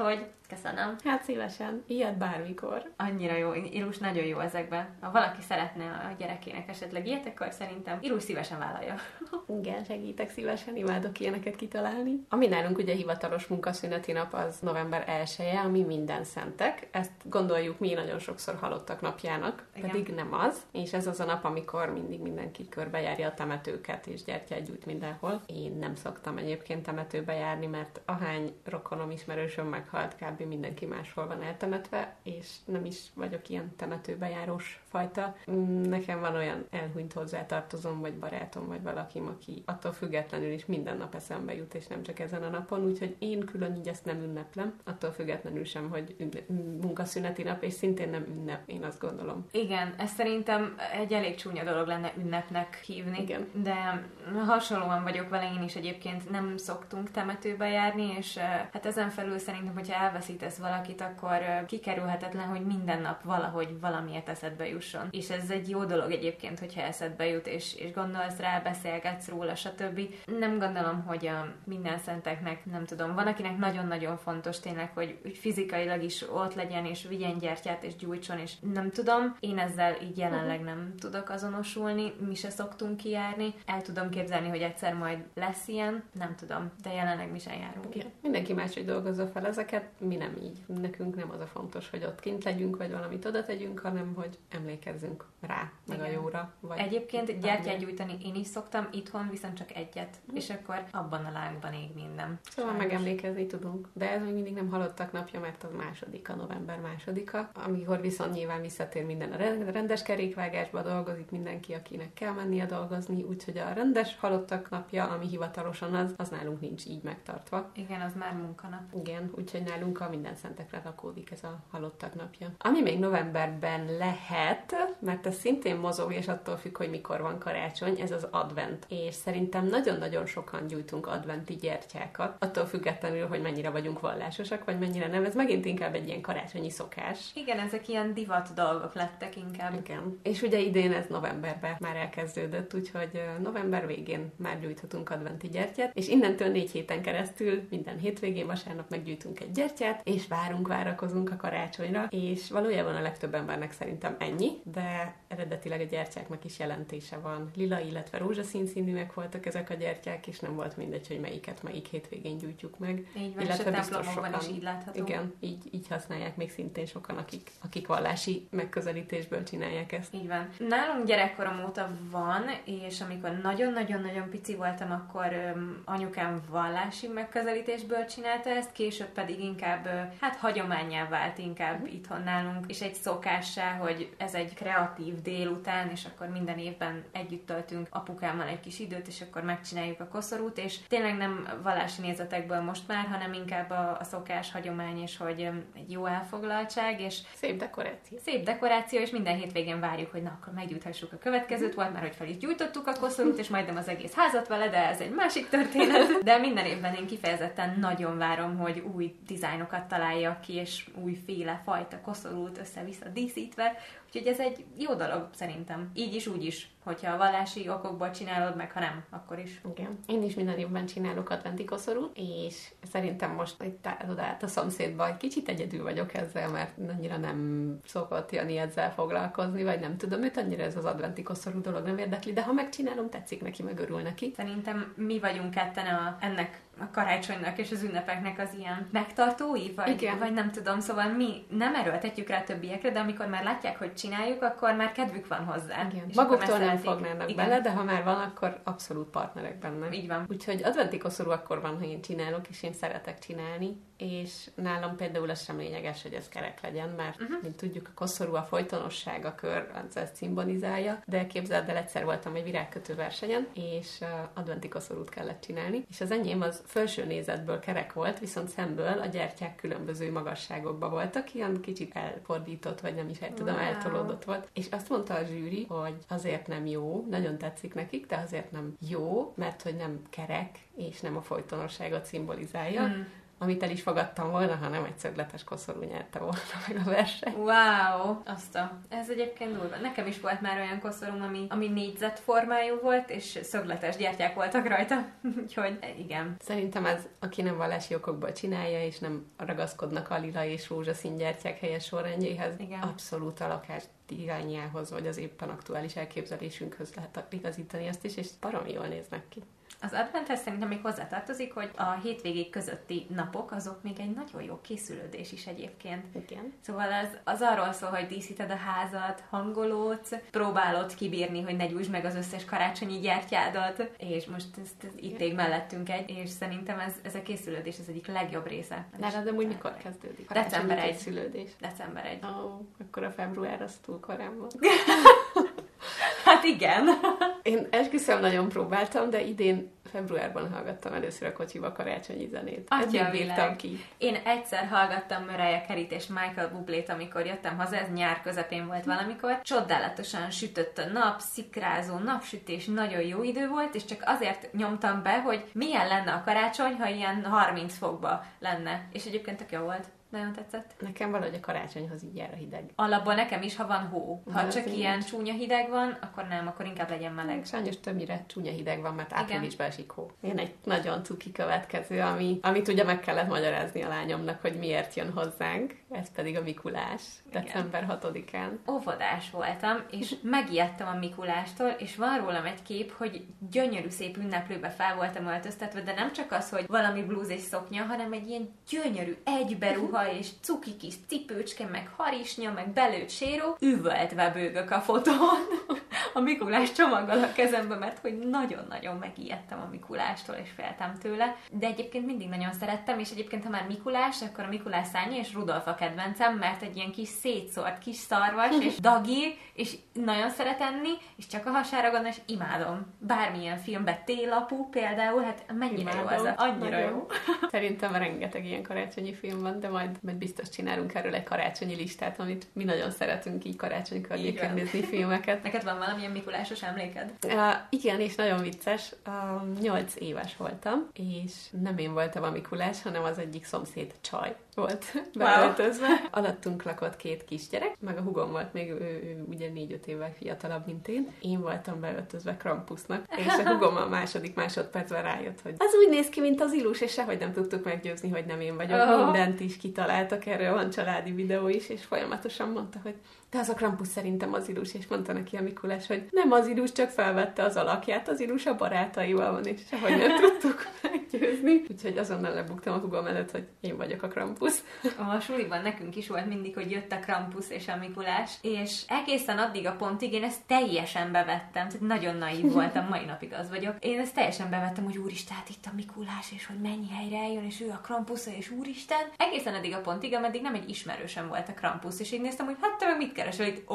Köszönöm. Hát szívesen. Ilyet bármikor. Annyira jó. Ilus nagyon jó ezekben. Ha valaki szeretne a gyerekének esetleg ilyet, akkor szerintem Ilus szívesen vállalja. Igen, segítek szívesen, imádok ilyeneket kitalálni. Ami nálunk ugye hivatalos munkaszüneti nap az november elseje, ami minden szentek. Ezt gondoljuk mi nagyon sokszor halottak napjának, igen. pedig nem az. És ez az a nap, amikor mindig mindenki körbejárja a temetőket, és gyertyát gyújt mindenhol. Én nem szoktam egyébként temetőbe járni, mert ahány rokonom, ismerősöm meghalt, kb. Mindenki máshol van eltemetve, és nem is vagyok ilyen temetőbe járós fajta. Nekem van olyan elhunyt hozzátartozom, vagy barátom, vagy valakim, aki attól függetlenül is minden nap eszembe jut, és nem csak ezen a napon, úgyhogy én külön így ezt nem ünneplem, attól függetlenül sem, hogy munkaszüneti nap, és szintén nem ünnep, én azt gondolom. Igen, ez szerintem egy elég csúnya dolog lenne ünnepnek hívni, igen. De hasonlóan vagyok vele, én is egyébként nem szoktunk temetőbe járni, és hát ezen felül szerintem, hogyha elveszítesz valakit, akkor kikerülhetetlen, hogy minden nap valahogy valamiért eszedbe jusson. És ez egy jó dolog egyébként, hogyha eszedbe jut, és, és gondolsz rá, beszélgetsz róla, stb. Nem gondolom, hogy a minden szenteknek, nem tudom, van, akinek nagyon-nagyon fontos tényleg, hogy, hogy fizikailag is ott legyen, és vigyen gyertyát, és gyújtson, és nem tudom, én ezzel így jelenleg nem tudok azonosulni, mi se szoktunk kijárni. El tudom képzelni, hogy egyszer majd lesz ilyen, nem tudom, de jelenleg mi sem járunk. Igen. Mindenki máshogy dolgozza fel ezeket, mi nem így. Nekünk nem az a fontos, hogy ott kint legyünk, vagy valamit oda tegyünk, hanem hogy emlékezzünk rá, meg igen. a jóra. Vagy egyébként gyertyát gyújtani én is szoktam, itthon viszont csak egyet, hm. és akkor abban a lángban ég minden. Szóval sajnos. Megemlékezni tudunk, de ez még mindig nem halottak napja, mert az másodika, november másodika, amikor viszont nyilván visszatér minden a rendes kerékvágásba, dolgozik mindenki, akinek kell mennie dolgozni, úgyhogy a rendes halottak napja, ami hivatalosan az, az nálunk nincs így megtartva. Igen, az már munkanap. Igen, úgyhogy nálunk a minden szentekre rakódik ez a halottak napja. Ami még novemberben lehet, mert ez szintén mozog, és attól függ, hogy mikor van karácsony, ez az advent. És szerintem nagyon-nagyon sokan gyújtunk adventi gyertyákat, attól függetlenül, hogy mennyire vagyunk vallásosak, vagy mennyire nem. Ez megint inkább egy ilyen karácsonyi szokás. Igen, ezek ilyen divat dolgok lettek inkább. Igen. És ugye idén ez novemberben már elkezdődött, úgyhogy november végén már gyújthatunk adventi gyertyát, és innentől négy héten keresztül minden hétvégén, vasárnap meggyújtunk egy gyertyát, és várunk, várakozunk a karácsonyra, és valójában a legtöbb embernek szerintem ennyi, de eredetileg a gyertyáknak is jelentése van. Lila, illetve rózsaszín színűek voltak ezek a gyertyák, és nem volt mindegy, hogy melyiket melyik hétvégén gyújtjuk meg. Így van, illetve és a templomokban is így látható. Igen, így, így használják még szintén sokan, akik, akik vallási megközelítésből csinálják ezt. Így van. Nálunk gyerekkorom óta van, és amikor nagyon-nagyon-nagyon pici voltam, akkor öm, anyukám vallási megközelítésből csinálta ezt, később pedig inkább, ö, hát hagyománnyá vált inkább mm. itthon nálunk, és egy szokássá, hogy ez egy kreatív délután, és akkor minden évben együtt töltünk apukámmal egy kis időt, és akkor megcsináljuk a koszorút, és tényleg nem vallási nézetekből most már, hanem inkább a, a szokás, hagyomány, és hogy öm, egy jó elfoglaltság, és szép dekoráció. Szép dekoráció, és minden hétvégén várjuk, hogy na, akkor meggyújthassuk a következőt. Volt már, hogy fel is gyújtottuk a koszorút, és majdnem az egész házat vele, de ez egy másik történet. De minden évben én kifejezetten nagyon várom, hogy új dizájnokat találjak ki, és újféle fajta koszorút össze-vissza díszítve. Úgyhogy ez egy jó dolog szerintem. Így is, úgy is. Hogyha a vallási okokból csinálod meg, ha nem, akkor is. Igen. Én is minden évben csinálok adventi koszorút, és szerintem most itt át a szomszédba egy kicsit egyedül vagyok ezzel, mert annyira nem szokott Jani ezzel foglalkozni, vagy nem tudom, őt annyira ez az adventi koszorú dolog nem érdekli, de ha megcsinálom, tetszik neki, meg örül neki. Szerintem mi vagyunk ketten a, ennek a karácsonynak és az ünnepeknek az ilyen megtartói, vagy, vagy nem tudom, szóval mi nem erőltetjük rá többiekre, de amikor már látják, hogy csináljuk, akkor már kedvük van hozzá. Igen. Maguktól nem fognának bele, de ha már van, akkor abszolút partnerek benne. Így van. Úgyhogy adventi koszorú akkor van, ha én csinálok, és én szeretek csinálni, és nálam például az sem lényeges, hogy ez kerek legyen, mert uh-huh. mint tudjuk, a koszorú, a folytonosság, a kör, az ezt szimbolizálja, de képzeld el, egyszer voltam egy virágkötő versenyen, és adventi koszorút kellett csinálni, és az enyém az felső nézetből kerek volt, viszont szemből a gyertyák különböző magasságokban voltak, ilyen kicsit elfordított, vagy nem is el tudom, wow. eltolódott volt. És azt mondta a zsűri, hogy azért nem jó, nagyon tetszik nekik, de azért nem jó, mert hogy nem kerek, és nem a folytonosságot szimbolizálja, mm. amit el is fogadtam volna, ha nem egy szögletes koszorú nyerte volna meg a versenyt. Wow, azt a... Ez egyébként durva. Nekem is volt már olyan koszorúm, ami, ami négyzet formájú volt, és szögletes gyertyák voltak rajta. Úgyhogy igen. Szerintem ez, aki nem vallási okokból csinálja, és nem ragaszkodnak a lila és rózsaszín gyertyák helyes sorrendjéhez, igen. Abszolút a lakás irányához, vagy az éppen aktuális elképzelésünkhöz lehet igazítani azt is, és baromi jól néznek ki. Az adventhez szerintem még hozzátartozik, hogy a hétvégék közötti napok, azok még egy nagyon jó készülődés is egyébként. Igen. Szóval az, az arról szól, hogy díszíted a házat, hangolódsz, próbálod kibírni, hogy ne gyújtsd meg az összes karácsonyi gyertyádat, és most ezt, ezt itt ég mellettünk egy, és szerintem ez, ez a készülődés az egyik legjobb része. De, de úgy mikor kezdődik? December elseje. Készülődés. December elseje. Ó, oh, akkor a február az túl korán van. Hát igen. Én esküszöm nagyon próbáltam, de idén februárban hallgattam először a kocsiba karácsonyi zenét. Atya világ. Ki. Én egyszer hallgattam Mariah Carey-t és Michael Bublé-t, amikor jöttem haza, ez nyár közepén volt valamikor. Csodálatosan sütött a nap, szikrázó, napsütés, nagyon jó idő volt, és csak azért nyomtam be, hogy milyen lenne a karácsony, ha ilyen harminc fokba lenne. És egyébként tök jó volt. Nagyon tetszett. Nekem valahogy a karácsonyhoz így jár a hideg. Alapból nekem is, ha van hó. Ha de csak ilyen nincs. Csúnya hideg van, akkor nem, akkor inkább legyen meleg. Sajnos többnyire csúnya hideg van, mert áprilisba esik hó. Én egy nagyon cuki következő, ami, amit ugye meg kellett magyarázni a lányomnak, hogy miért jön hozzánk. Ez pedig a Mikulás. Igen. december hatodikán. Óvodás voltam, és megijedtem a Mikulástól, és van rólam egy kép, hogy gyönyörű szép ünneplőbe fel voltam öltöztetve, de nem csak az, hogy valami blúz és szoknya, hanem egy ilyen gyönyörű egyberuha és cuki kis cipőcske, meg harisnya, meg belőtt séró, üvöltve bőgök a fotón a Mikulás csomaggal a kezembe, mert hogy nagyon-nagyon megijedtem a Mikulástól, és féltem tőle. De egyébként mindig nagyon szerettem, és egyébként ha már Mikulás, akkor a Mikulás szárnya és Rudolf a kedvencem, mert egy ilyen kis szétszórt kis szarvas, és dagi, és nagyon szeret enni, és csak a hasára gondol, és imádom. Bármilyen filmben Télapú például, hát mennyire imádom. Jó az, annyira nagyon jó. Szerintem rengeteg ilyen karácsonyi film van, de majd majd biztos csinálunk erről egy karácsonyi listát, amit mi nagyon szeretünk így karácsony környéken nézni filmeket. Neked van valamilyen mikulásos emléked? Uh, igen, és nagyon vicces. Nyolc uh, éves voltam, és nem én voltam a Mikulás, hanem az egyik szomszéd csaj volt beöltözve. Wow. Alattunk lakott két kisgyerek, meg a hugom volt még, ő, ő ugye négy-öt évvel fiatalabb, mint én. Én voltam beöltözve Krampusnak, és a hugom a második másodpercben rájött, hogy az úgy néz ki, mint az Ilus, és sehogy nem tudtuk meggyőzni, hogy nem én vagyok. Oh. Mindent is kitaláltak, erről van családi videó is, és folyamatosan mondta, hogy de az a Krampus szerintem az Ilus, és mondta neki a Mikulás, hogy nem az Ilus, csak felvette az alakját, az Ilus a barátaival van, és sehogy nem tudtuk meggyőzni. Úgyhogy azonnal lebuktam a hugom előtt, hogy én vagyok a Krampus. A suliban nekünk is volt mindig, hogy jött a Krampus és a Mikulás, és egészen addig a pontig én ezt teljesen bevettem, tehát nagyon naív voltam, mai napig az vagyok. Én ezt teljesen bevettem, hogy úristen, hát itt a Mikulás, és hogy mennyi helyre eljön, és ő a Krampusza, és úristen. Egészen addig a pontig, ameddig nem egy ismerősem volt a Krampus, és így néztem, hogy hát te meg mit keresel itt? Ó,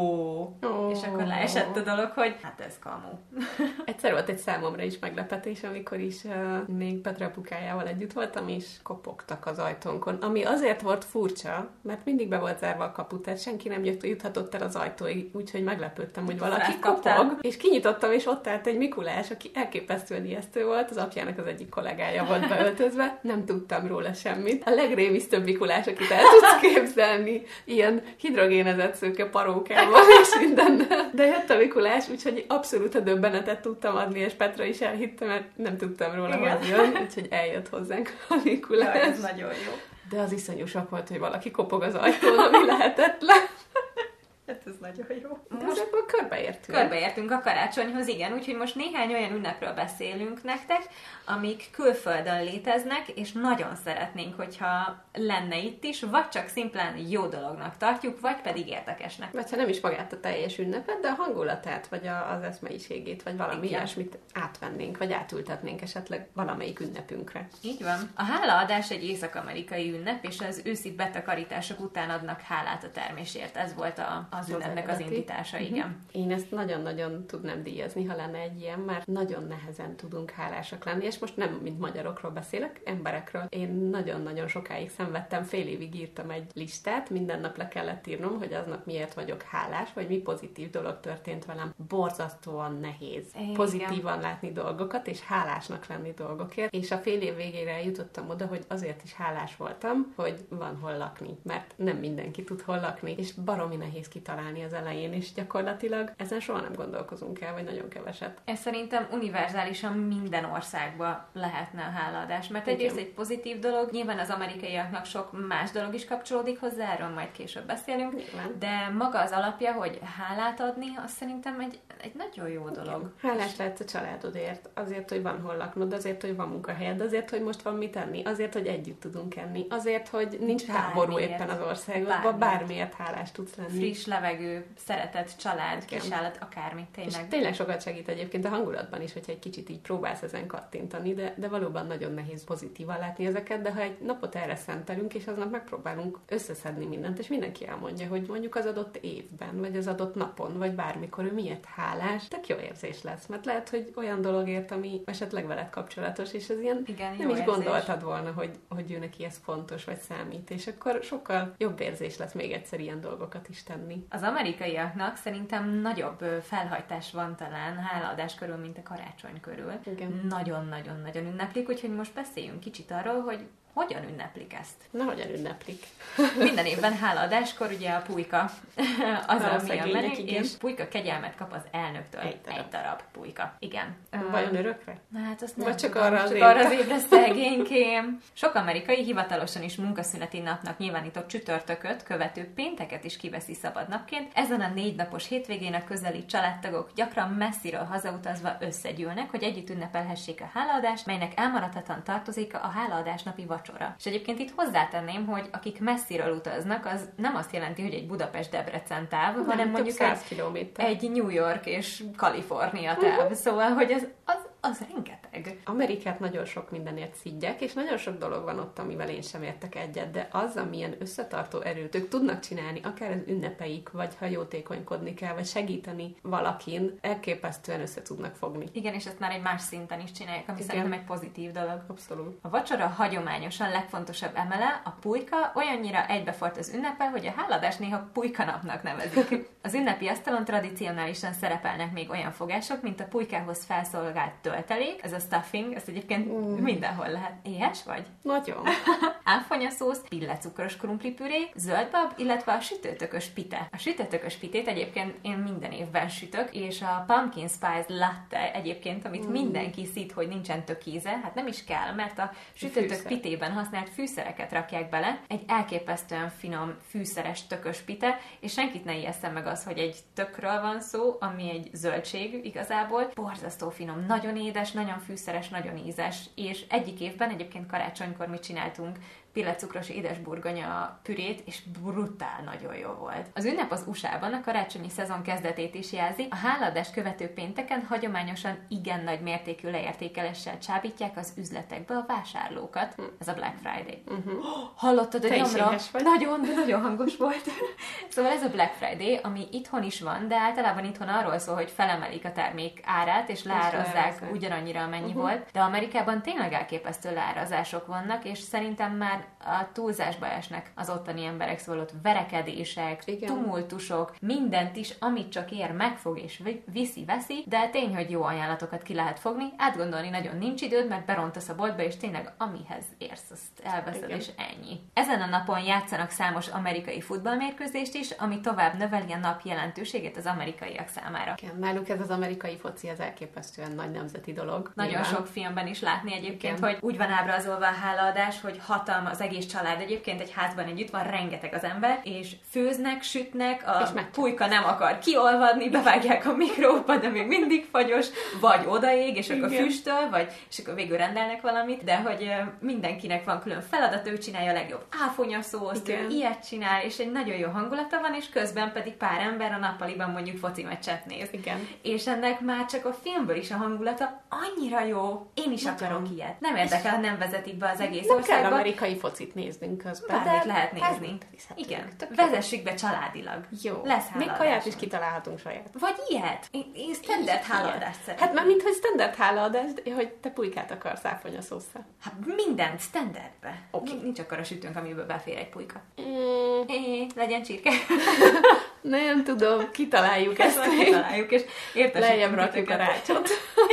oh. És akkor leesett a dolog, hogy hát ez kamu. Egyszer volt egy számomra is meglepetés, amikor is uh, még Petra apukájával együtt voltam, és kopogtak az ajtónkon, ami azért volt furcsa, mert mindig be volt zárva a kapu, tehát senki nem jött, juthatott el az ajtóig, úgyhogy meglepődtem, hogy valaki kopog, és kinyitottam, és ott állt egy Mikulás, aki elképesztően ijesztő volt, az apjának az egyik kollégája volt beöltözve, nem tudtam róla semmit. A legrémisztőbb Mikulás, akit el tudsz képzelni, ilyen hidrogénezett szőke parókával és mindennel. De jött a Mikulás, úgyhogy abszolút a döbbenetet tudtam adni, és Petra is elhitte, mert nem tudtam róla, igen, hogy jön, úgyhogy eljött hozzánk a Mikulás. Ja, ez nagyon jó. De az iszonyú sok volt, hogy valaki kopog az ajtón, ami lehetetlen. Hát ez nagyon jó. De most ebből körbeértünk. Körbeértünk a karácsonyhoz, igen, úgyhogy most néhány olyan ünnepről beszélünk nektek, amik külföldön léteznek, és nagyon szeretnénk, hogyha lenne itt is, vagy csak szimplán jó dolognak tartjuk, vagy pedig érdekesnek. Vagy ha nem is magát a teljes ünnepet, de a hangulatát, vagy a, az eszmeiségét, vagy valami igen, ilyesmit átvennénk, vagy átültetnénk esetleg valamelyik ünnepünkre. Így van. A hálaadás egy észak-amerikai ünnep, és az őszi betakarítások után adnak hálát a termésért. Ez volt a az ünnepnek az indítása, igen. Uh-huh. Én ezt nagyon-nagyon tudnám díjazni, ha lenne egy ilyen, mert nagyon nehezen tudunk hálásak lenni, és most nem mint magyarokról beszélek, emberekről. Én nagyon-nagyon sokáig szenvedtem, fél évig írtam egy listát, minden nap le kellett írnom, hogy aznap miért vagyok hálás, vagy mi pozitív dolog történt velem. Borzasztóan nehéz Igen. pozitívan látni dolgokat, és hálásnak lenni dolgokért, és a fél év végére eljutottam oda, hogy azért is hálás voltam, hogy van hol lakni, mert nem mindenki tud hol lakni, és baromi nehéz kitalálni az elején, és gyakorlatilag ezen soha nem gondolkozunk el, vagy nagyon keveset. Ez szerintem univerzálisan minden országban lehetne a hálaadás, mert egyrészt egy pozitív dolog, nyilván az amerikaiaknak sok más dolog is kapcsolódik hozzá, erről majd később beszélünk, Nyilván. de maga az alapja, hogy hálát adni, az szerintem egy, egy nagyon jó dolog. Igen. Hálás lehetsz a családodért, azért, hogy van hol laknod, azért, hogy van munkahelyed, azért, hogy most van mit enni, azért, hogy együtt tudunk enni, azért, hogy nincs háború éppen az országban, bármiért. bármiért hálás tudsz lenni. Friss levegő, szeretet, család, kisállat, akármi, tényleg. És tényleg sokat segít egyébként a hangulatban is, hogyha egy kicsit így próbálsz ezen kattintani, de, de valóban nagyon nehéz pozitívan látni ezeket, de ha egy napot erre szentelünk, és aznap megpróbálunk összeszedni mindent, és mindenki elmondja, hogy mondjuk az adott évben, vagy az adott napon, vagy bármikor ő miért hálás, tök jó érzés lesz, mert lehet, hogy olyan dologért, ami esetleg veled kapcsolatos, és ez ilyen Igen, nem is érzés. Gondoltad volna, hogy, hogy ő neki ez fontos, vagy számít, és akkor sokkal jobb érzés lesz még egyszer ilyen dolgokat is tenni. Az amerikaiaknak szerintem nagyobb felhajtás van talán hálaadás körül, mint a karácsony körül. Igen. Nagyon-nagyon-nagyon ünneplik, úgyhogy most beszéljünk kicsit arról, hogy hogyan ünneplik ezt? Na, hogyan ünneplik? Minden évben hálaadáskor ugye a pulyka az, A ami a menü, igen. és pulyka kegyelmet kap az elnöktől. Egy darab. Egy darab pulyka. Igen. Vajon örökre? Na hát azt nem Vagy csak tudom, arra az csak évre? arra az évre szegénykém. Sok amerikai hivatalosan is munkaszüneti napnak nyilvánított csütörtököt, követő pénteket is kiveszi szabadnapként. Ezen a négy napos hétvégén a közeli családtagok gyakran messziről hazautazva összegyűlnek, hogy együtt ünnepelhessék a hálaadást, melynek elmaradhatatlan tartozik a hálaadás napi vacsora. És egyébként itt hozzátenném, hogy akik messziről utaznak, az nem azt jelenti, hogy egy Budapest-Debrecen táv, Nem, hanem mondjuk egy, kilométer. egy New York és Kalifornia táv. Uh-huh. Szóval, hogy az, az, az rengeteg. Amerikát nagyon sok mindenért szidják, és nagyon sok dolog van ott, amivel én sem értek egyet, de az, amilyen összetartó erőt ők tudnak csinálni, akár az ünnepeik, vagy ha jótékonykodni kell, vagy segíteni valakin, elképesztően össze tudnak fogni. Igen, és ezt már egy más szinten is csinálják, ami Igen. szerintem egy pozitív dolog. Abszolút. A vacsora hagyományosan legfontosabb emele, a pulyka, olyannyira egybefort az ünnepe, hogy a hálaadás néha pulykanapnak nevezik. Az ünnepi asztalon tradicionálisan szerepelnek még olyan fogások, mint a pulykához felszolgált töltelék, ez a stuffing, ezt egyébként mm. mindenhol lehet. Éhes vagy? Nagyon. Áfonyaszósz, pillecukros krumplipüré, zöldbab, illetve a sütőtökös pite. A sütőtökös pitét egyébként én minden évben sütök, és a pumpkin spice latte egyébként, amit mm. mindenki szít, hogy nincsen tök íze, hát nem is kell, mert a sütőtök Fűszer. pitében használt fűszereket rakják bele, egy elképesztően finom fűszeres tökös pite, és senkit ne ijesszen meg az, hogy egy tökről van szó, ami egy zöldség igazából. Borzasztó finom, nagyon édes, nagyon fűszeres, nagyon ízes, és egyik évben egyébként karácsonykor mi csináltunk pillecukros édesburgonya pürét, és brutál nagyon jó volt. Az ünnep az u es á-ban a karácsonyi szezon kezdetét is jelzi, a hálaadást követő pénteken hagyományosan igen nagy mértékű leértékeléssel csábítják az üzletekbe a vásárlókat. Ez a Black Friday. Uh-huh. Oh, hallottad a nyomra? Nagyon, de nagyon hangos volt. Szóval ez a Black Friday, ami itthon is van, de általában itthon arról szól, hogy felemelik a termék árát, és leárazzák ugyanannyira, amennyi uh-huh. volt, de Amerikában tényleg elképesztő leárazások vannak, és szerintem már a túlzásba esnek az ottani emberek, szóval ott verekedések, igen. tumultusok, mindent is, amit csak ér, megfog és viszi-veszi, de tény, hogy jó ajánlatokat ki lehet fogni, átgondolni nagyon nincs időd, mert berontasz a boltba, és tényleg amihez érsz, azt elveszed, igen. és ennyi. Ezen a napon játszanak számos amerikai futballmérkőzést is, ami tovább növeli a nap jelentőségét az amerikaiak számára. Igen, náluk ez az amerikai foci, az elképesztően nagy nemzeti dolog. Nagyon nyilván. Sok filmben is látni egyébként, igen. hogy úgy van ábrázolva a hálaadás, hogy hatalma az egész család egyébként egy házban együtt van, rengeteg az ember, és főznek, sütnek, a pulyka nem akar kiolvadni, bevágják a mikróba, de még mindig fagyos, vagy odaég, és akkor füstöl, vagy és akkor végül rendelnek valamit, de hogy mindenkinek van külön feladat, ő csinálja a legjobb áfonyaszószt, ő ilyet csinál, és egy nagyon jó hangulata van, és közben pedig pár ember a nappaliban mondjuk foci meccset néz. Igen. És ennek már csak a filmből is a hangulata annyira jó. Én is nagyon. Akarok ilyet. Nem érdekel, ha nem vezetik be az egész nem országba. Nem kell amerikai focit néznünk közben. Bármit lehet hát, nézni. nézhetünk. Igen. Tök Vezessük be családilag. jó. Lesz Még hálaadás. kaját is kitalálhatunk saját. Vagy ilyet. Én, én standard hálaadást szeretem. Hát már mint hogy standard hálaadást, hogy te pulykát akarsz áfonyaszósszal. Hát mindent standardbe. Oké. Okay. Nincs akkor a sütőnk, amiből befér egy pulyka. Mm, É, legyen csirke. nem tudom, kitaláljuk ezt. Ezt majd kitaláljuk, és értesítünk Lejjebb rakjuk a titeket. rácsot.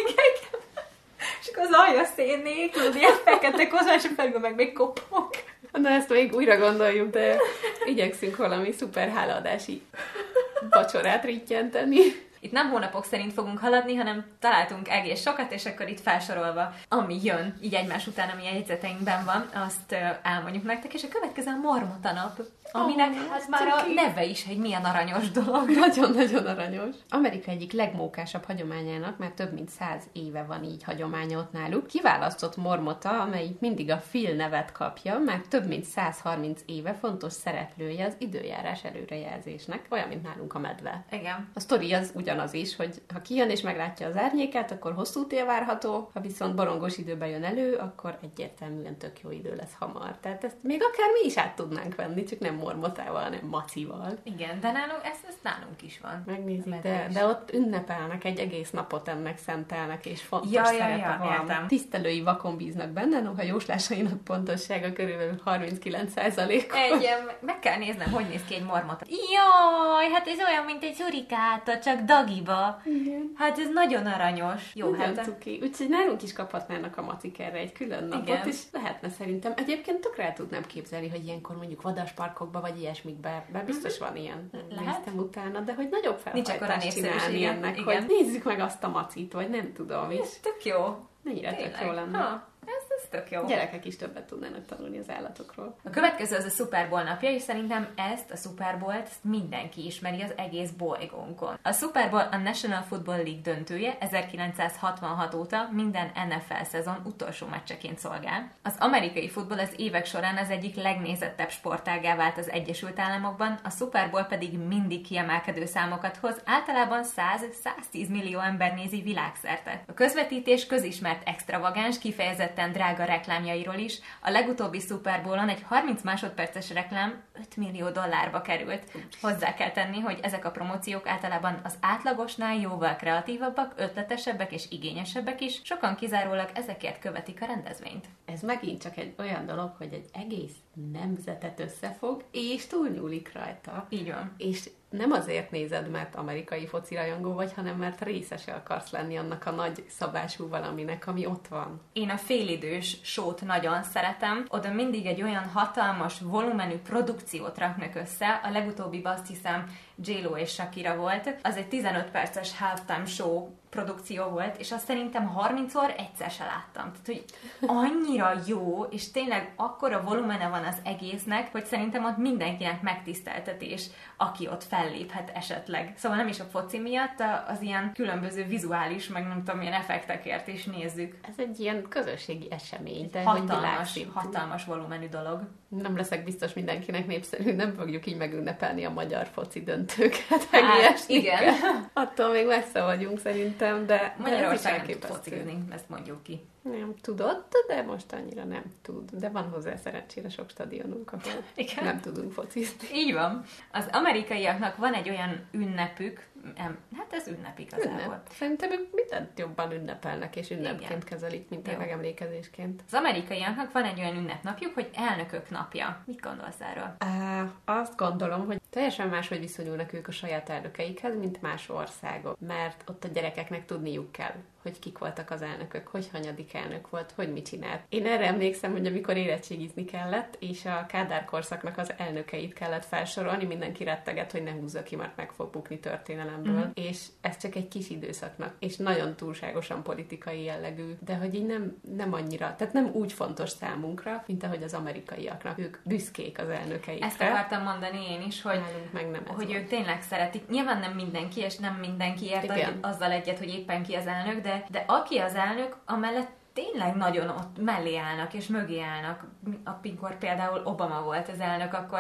És akkor az alja szénnék, tudod, ilyen fekete kozma, és felül meg még kopog. Na, ezt még újra gondoljuk, de igyekszünk valami szuper hálaadási vacsorát rittyenteni. Itt nem hónapok szerint fogunk haladni, hanem találtunk egész sokat, és akkor itt felsorolva, ami jön, így egymás után, ami a jegyzeteinkben van, azt ö, elmondjuk nektek, és a következő a Marmota nap, aminek Oh, hát már a cuki. neve is egy milyen aranyos dolog. Nagyon-nagyon aranyos. Amerika egyik legmókásabb hagyományának már több mint száz éve van így hagyománya ott náluk. Kiválasztott marmota, amelyik mindig a Phil nevet kapja, már több mint száz harminc éve fontos szereplője az időjárás előrejelzésnek, olyan, mint nálunk a medve. Igen. A sztori az ugyanaz is, hogy ha kijön és meglátja az árnyékát, akkor hosszú tél várható, ha viszont borongos időben jön elő, akkor egyértelműen tök jó idő lesz hamar. Tehát ezt még akár mi is át tudnánk venni, csak nem mormotával, hanem macival. Igen, de nálunk, ez, ez nálunk is van. Megnézik, A de, medve is. de ott ünnepelnek, egy egész napot ennek szentelnek, és fontos Ja, ja, szerepe ja, van. értem. Tisztelői vakon bíznak benne, noha jóslásainak pontossága körülbelül harminckilenc százalék. Egy, meg kell néznem, hogy néz ki egy marmota. Jaj, hát ez olyan, mint egy szurikáta, csak dagiba. Igen. Hát ez nagyon aranyos. Jó, Nagyon hát cuki. Úgyhogy nálunk is kaphatnának a macik erre egy külön napot, Igen. és lehetne szerintem. Egyébként tökre el tudnám képzelni, hogy ilyenkor mondjuk vadasparkokba, vagy ilyesmikbe, mert biztos van ilyen. Lehet. Néztem utána, de hogy nagyobb Nincs akkora felhajtást csinálni népszerűsége. ennek, Igen. hogy nézzük meg azt a macit, vagy nem tudom is. ez tök jó. Mennyire tök jó lenne. Ha, ez, ez tök jó. Gyerekek is többet tudnának tanulni az állatokról. A következő az a Super Bowl napja, és szerintem ezt a Super Bowl-t ezt mindenki ismeri az egész bolygónkon. A Super Bowl a National Football League döntője, ezerkilencszázhatvanhat óta minden en ef el szezon utolsó meccseként szolgál. Az amerikai futball az évek során az egyik legnézettebb sportággá vált az Egyesült Államokban, a Super Bowl pedig mindig kiemelkedő számokat hoz, általában száz-száztíz millió ember nézi világszerte. A közvetítés közismert extravagáns, kifejezetten drága reklámjairól is. A legutóbbi Super Bowl-on egy harminc másodperces reklám öt millió dollárba került. Hozzá kell tenni, hogy ezek a promóciók általában az átlagosnál jóval kreatívabbak, ötletesebbek és igényesebbek is, sokan kizárólag ezekért követik a rendezvényt. Ez megint csak egy olyan dolog, hogy egy egész nemzetet összefog, és túlnyúlik rajta. Így van. És nem azért nézed, mert amerikai foci rajongó vagy, hanem mert részese akarsz lenni annak a nagy szabású valaminek, ami ott van. Én a félidős sót nagyon szeretem. Oda mindig egy olyan hatalmas, volumenű produkciót raknak össze. A legutóbbiban azt hiszem J-Lo és Shakira volt. Az egy tizenöt perces halftime show produkció volt, és azt szerintem harmincszor egyszer se láttam. Tehát, hogy annyira jó, és tényleg akkora volumene van az egésznek, hogy szerintem ott mindenkinek megtiszteltetés, aki ott felléphet esetleg. Szóval nem is a foci miatt, az ilyen különböző vizuális, meg nem tudom, milyen effektekért is nézzük. Ez egy ilyen közösségi esemény, de hogy Hatalmas, világszintű. hatalmas volumenű dolog. Nem leszek biztos mindenkinek népszerű, nem fogjuk így megünnepelni a magyar foci döntőket. meg Hát, ilyesmiket. igen. Attól még messze vagyunk szerintem, de, de ez is Magyarországon tud elképesztő. focizni, ezt mondjuk ki. Nem tudott, de most annyira nem tud. De van hozzá szerencsére sok stadionunk, ahol Igen. nem tudunk focizni. Így van. Az amerikaiaknak van egy olyan ünnepük, em, hát ez ünnep igazából. Ünnep. Szerintem ők mindent jobban ünnepelnek, és ünnepként Igen. kezelik, mint a Jó. megemlékezésként. Az amerikaiaknak van egy olyan ünnepnapjuk, hogy elnökök napja. Mit gondolsz erről? Uh, azt gondolom, hogy teljesen máshogy viszonyulnak ők a saját elnökeikhez, mint más országok. Mert ott a gyerekeknek tudniuk kell, hogy kik voltak az elnökök, hogy hanyadik elnök volt, hogy mit csinált. Én erre emlékszem, hogy amikor érettségizni kellett, és a Kádár korszaknak az elnökeit kellett felsorolni, mindenki retteget, hogy ne húzza ki, mert meg fog bukni történelemből. Mm-hmm. És ez csak egy kis időszaknak, és nagyon túlságosan politikai jellegű, de hogy így nem, nem annyira, tehát nem úgy fontos számunkra, mint ahogy az amerikaiaknak. Ők büszkék az elnökeikre. Ezt akartam mondani én is, hogy, Nálunk meg nem ez hogy van. ők tényleg szeretik. Nyilván nem mindenki, és nem mindenki ért Igen. azzal egyet, hogy éppen ki az elnök, de, de aki az elnök, amellett tényleg nagyon ott mellé állnak, és mögé állnak. Amikor például Obama volt az elnök, akkor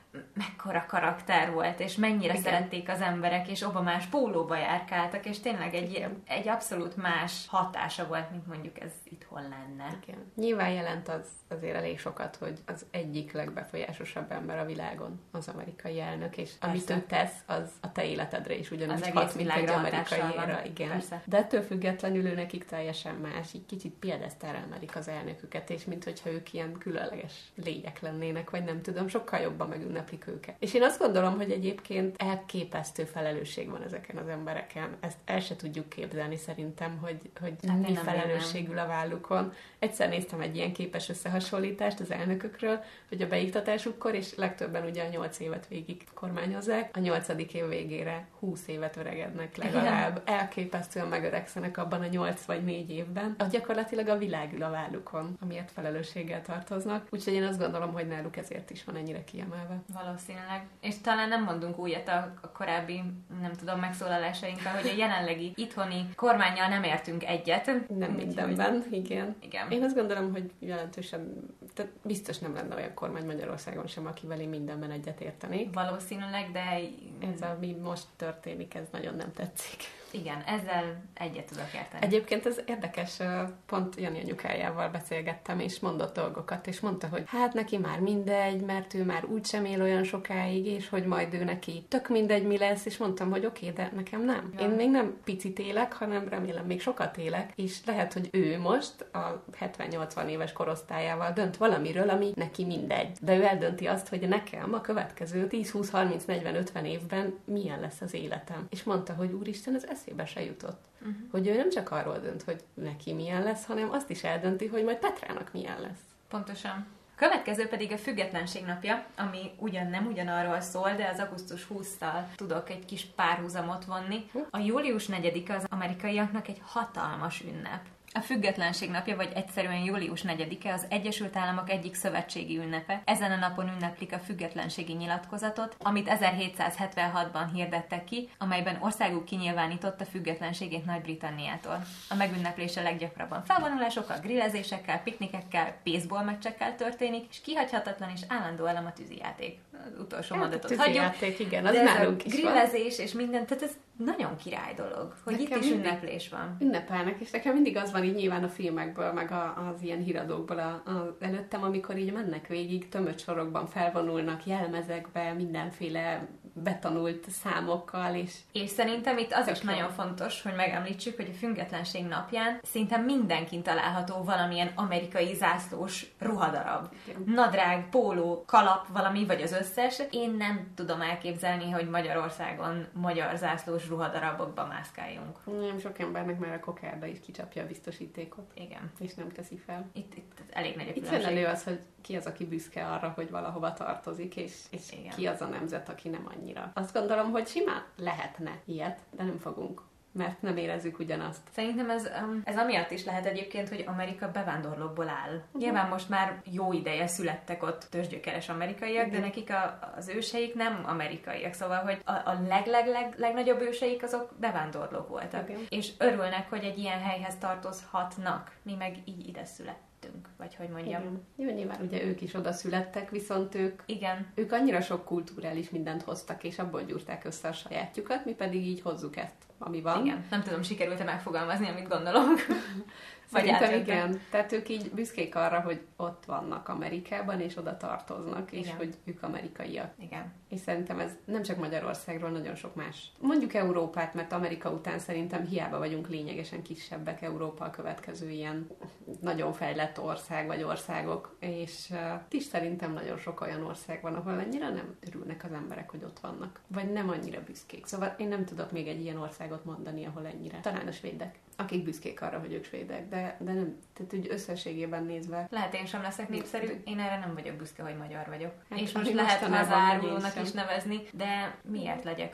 mekkora karakter volt, és mennyire Igen. szerették az emberek, és Obamás pólóba járkáltak, és tényleg egy, egy abszolút más hatása volt, mint mondjuk ez itthon lenne. Igen. Nyilván jelent az azért elég sokat, hogy az egyik legbefolyásosabb ember a világon az amerikai elnök, és amit ő tesz, az a te életedre is ugyanúgy hat, mint egy amerikaiéra. Igen. Persze. De ettől függetlenül ő nekik teljesen más, így kicsit piedesztára emelik az elnöküket, és mint hogyha ők ilyen különleges lények lennének, vagy nem tudom, sokkal jobban megünneplik őket. És én azt gondolom, hogy egyébként elképesztő felelősség van ezeken az embereken. Ezt el se tudjuk képzelni szerintem, hogy, hogy hát mi felelősségül a vállukon. Egyszer néztem egy ilyen képes összehasonlítást az elnökökről, hogy a beiktatásukkor, és legtöbben ugye a nyolc évet végig kormányozzák, a nyolcadik év végére húsz évet öregednek legalább. Igen. Elképesztően megöregszenek abban a nyolc vagy négy évben. A gyakorlatilag a világ ül a vállukon, amiért felelősséggel tartoznak. Úgyhogy én azt gondolom, hogy náluk ezért is van ennyire kiemelve. Valószínűleg. És talán nem mondunk újat a, a korábbi, nem tudom, megszólalásainkkal, hogy a jelenlegi itthoni kormánnyal nem értünk egyet. Nem mindenben, hogy... igen. igen. Én azt gondolom, hogy jelentősen, tehát biztos nem lenne olyan kormány Magyarországon sem, akivel én mindenben egyet értenék. Valószínűleg, de... Ez, ami most történik, ez nagyon nem tetszik. Igen, ezzel egyet tudok érteni. Egyébként ez érdekes, pont Jani anyukájával beszélgettem, és mondott dolgokat, és mondta, hogy hát neki már mindegy, mert ő már úgysem él olyan sokáig, és hogy majd ő neki tök mindegy, mi lesz, és mondtam, hogy oké, okay, de nekem nem. Ja. Én még nem picit élek, hanem remélem még sokat élek, és lehet, hogy ő most a hetven-nyolcvan éves korosztályával dönt valamiről, ami neki mindegy. De ő eldönti azt, hogy nekem a következő tíz, húsz, harminc, negyven, ötven évben milyen lesz az életem. És mondta, hogy úristen, ez eszébe se jutott. Uh-huh. Hogy ő nem csak arról dönt, hogy neki milyen lesz, hanem azt is eldönti, hogy majd Petrának milyen lesz. Pontosan. A következő pedig a Függetlenség napja, ami ugyan nem ugyanarról szól, de az augusztus huszadikájával tudok egy kis párhuzamot vonni. A július negyedike az amerikaiaknak egy hatalmas ünnep. A Függetlenség napja, vagy egyszerűen július negyedike az Egyesült Államok egyik szövetségi ünnepe. Ezen a napon ünneplik a függetlenségi nyilatkozatot, amit ezerhétszázhetvenhatban hirdettek ki, amelyben országuk kinyilvánította függetlenségét Nagy-Britanniától. A megünneplése leggyakrabban felvonulásokkal, grillezésekkel, piknikekkel, baseball meccsekkel történik, és kihagyhatatlan és állandó elem a tűzijáték. Az utolsó hát, mondatot hagyjuk. Igen, az nálunk is grillezés van. És minden, tehát ez nagyon király dolog, hogy nekem itt is ünneplés van. Ünnepelnek, és nekem mindig az van így nyilván a filmekből, meg a, az ilyen híradókból a, a, előttem, amikor így mennek végig, tömött sorokban felvonulnak, jelmezekbe, mindenféle betanult számokkal, és... És szerintem itt az is nagyon fontos, hogy megemlítsük, hogy a Függetlenség napján szinte mindenkin található valamilyen amerikai zászlós ruhadarab. Igen. Nadrág, póló, kalap, valami, vagy az összes. Én nem tudom elképzelni, hogy Magyarországon magyar zászlós ruhadarabokba mászkáljunk. Nem, sok embernek már a kokárda is kicsapja a biztosítékot. Igen. És nem teszi fel. Itt, itt elég nagy a különbség. Itt elő az, hogy ki az, aki büszke arra, hogy valahova tartozik, és, és ki az a nemzet, aki nem annyira. Azt gondolom, hogy simán lehetne ilyet, de nem fogunk. Mert nem érezzük ugyanazt. Szerintem ez, ez amiatt is lehet egyébként, hogy Amerika bevándorlókból áll. Uh-huh. Nyilván most már jó ideje születtek ott törzsgyökeres amerikaiak, uh-huh. de nekik a, az őseik nem amerikaiak. Szóval, hogy a, a leg-leg-leg legnagyobb őseik azok bevándorlók voltak. Uh-huh. És örülnek, hogy egy ilyen helyhez tartozhatnak. Mi meg így ide születtünk. Vagy hogy mondjam. Igen. Jó, nyilván ugye ők is oda születtek, viszont ők, igen. ők annyira sok kulturális mindent hoztak, és abból gyúrták össze a sajátjukat, mi pedig így hozzuk ezt, ami van. Igen. Nem tudom, sikerült-e megfogalmazni, amit gondolok. Szerintem igen. Tehát ők így büszkék arra, hogy ott vannak Amerikában, és oda tartoznak, igen. és hogy ők amerikaiak. Igen. És szerintem ez nem csak Magyarországról, nagyon sok más. Mondjuk Európát, mert Amerika után szerintem hiába vagyunk lényegesen kisebbek, Európa a következő ilyen nagyon fejlett ország, vagy országok, és uh, is szerintem nagyon sok olyan ország van, ahol annyira nem örülnek az emberek, hogy ott vannak. Vagy nem annyira büszkék. Szóval én nem tudok még egy ilyen országot mondani, ahol ennyire. Talán a svédek, akik büszkék arra, hogy ők svédek, de, de nem, tehát úgy összességében nézve. Lehet, én sem leszek népszerű, én erre nem vagyok büszke, hogy magyar vagyok. Hát, és most lehet hazárulónak is nevezni, de miért legyek az?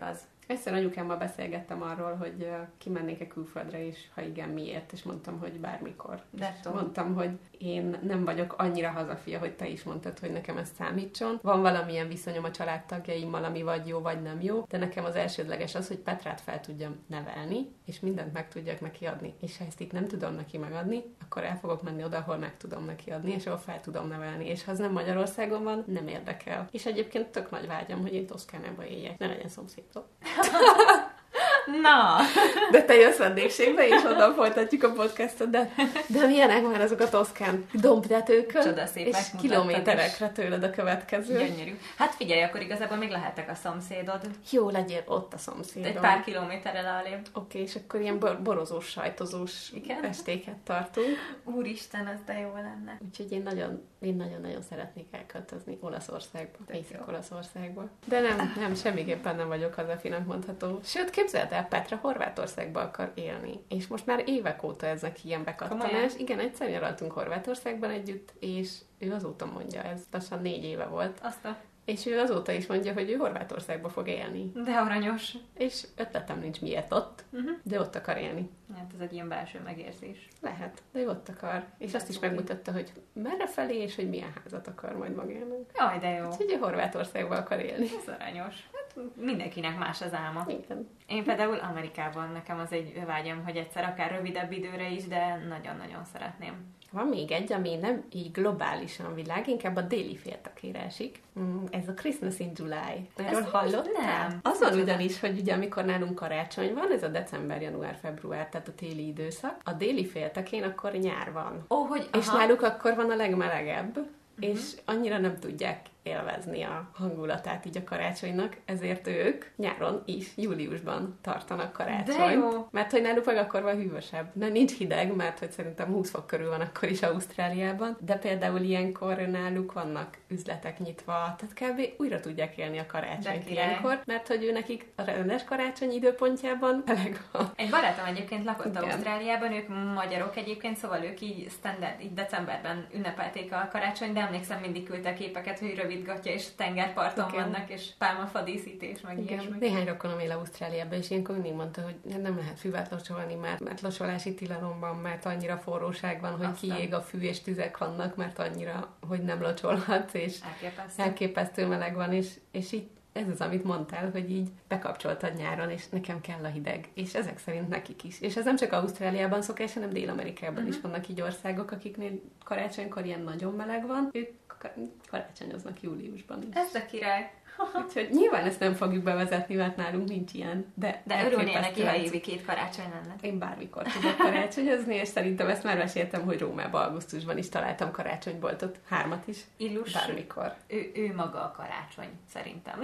Egyszer anyukámmal beszélgettem arról, hogy uh, kimennék-e külföldre, és ha igen, miért, és mondtam, hogy bármikor. De mondtam, hogy én nem vagyok annyira hazafia, hogy te is mondtad, hogy nekem ez számítson. Van valamilyen viszonyom a családtagjaimmal, ami vagy jó, vagy nem jó, de nekem az elsődleges az, hogy Petrát fel tudjam nevelni, és mindent meg tudjak neki adni. És ha ezt itt nem tudom neki megadni, akkor el fogok menni oda, ahol meg tudom neki adni, és ahol fel tudom nevelni. És ha az nem Magyarországon van, nem érdekel. És egyébként tök nagy vágyam, hogy én Toszkánában éljek. Ne legyen szomszédom. Na! De te jössz vendégségbe, és onnan folytatjuk a podcastot, de, de milyenek már azok a toszkán dombtetőkön, Csodaszépek és kilométerekre tőled a következő. Gyönyörű. Hát figyelj, akkor igazából még lehetek a szomszédod. Jó, legyél ott a szomszédom. Egy pár kilométerrel alébb. Oké, okay, és akkor ilyen bor- borozós, sajtozós Igen? estéket tartunk. Úristen, ez de jó lenne. Úgyhogy én nagyon, én nagyon-nagyon szeretnék elköltözni Olaszországba, Észak-Olaszországba. De nem, nem, semmiképpen nem vagyok hazafinak mondható. Sőt, képzeld el, Petra Horvátországba akar élni. És most már évek óta ezek ilyen bekattanás. Komolyan? Igen, egyszer nyaraltunk Horvátországban együtt, és ő azóta mondja, ez lassan négy éve volt. Azt a... És ő azóta is mondja, hogy ő Horvátországba fog élni. De aranyos. És ötletem nincs miért ott, uh-huh. de ott akar élni. Hát ez egy ilyen belső megérzés. Lehet, de ő ott akar. És de azt is megmutatta, hogy merre felé, és hogy milyen házat akar majd magának. Jaj, de jó. Úgyhogy ő Horvátországba akar élni. Ez aranyos. Hát mindenkinek más az álma. Igen. Én például Amerikában, nekem az egy vágyam, hogy egyszer akár rövidebb időre is, de nagyon-nagyon szeretném. Van még egy, ami nem így globálisan világ, inkább a déli féltekére esik. Ez a Christmas in July. Erről hallottál? Nem. Azon ugyanis, hogy ugye amikor nálunk karácsony van, ez a december, január, február, tehát a téli időszak, a déli féltekén akkor nyár van. Ó, hogy és aha. náluk akkor van a legmelegebb, uh-huh. és annyira nem tudják élvezni a hangulatát így a karácsonynak, ezért ők nyáron is, júliusban tartanak karácsonyt. Mert hogy náluk meg akkor van hűvösebb. Na, nincs hideg, mert hogy szerintem húsz fok körül van akkor is Ausztráliában, de például ilyenkor náluk vannak üzletek nyitva, tehát kb. Újra tudják élni a karácsonyt ilyenkor, mert hogy ő nekik a rendes karácsony időpontjában meleg van. Egy barátom egyébként lakott Igen. Ausztráliában, ők magyarok egyébként, szóval ők így standard, így decemberben ünnepelték a karácsony, de emlékszem, mindig küldtek képeket, hogy rövid gatya és tengerparton Igen. vannak, és pálmafadíszítés, meg Igen. ilyesmi. Néhány rokonom él Ausztráliában, és ilyenkor mindig mondta, hogy nem lehet füvet locsolni, mert, mert locsolási tilalom van, mert annyira forróság van, hogy Aztán. kiég a fű, és tüzek vannak, mert annyira, hogy nem locsolhatsz, és Elképesztő. elképesztő meleg van, és, és így ez az, amit mondtál, hogy így bekapcsoltad nyáron, és nekem kell a hideg. És ezek szerint nekik is. És ez nem csak Ausztráliában szokás, hanem Dél-Amerikában uh-huh. is vannak így országok, akiknél karácsonykor ilyen nagyon meleg van. Ők karácsonyoznak júliusban is. Ez a király. Úgyhogy nyilván ezt nem fogjuk bevezetni, mert nálunk nincs ilyen. De, de örülnél neki, ha évi két karácsony lenne. Én bármikor tudok karácsonyozni, és szerintem ezt már meséltem, hogy Rómában augusztusban is találtam karácsonyboltot. Hármat is. Illus. Bármikor. Ő, ő maga a karácsony, szerintem.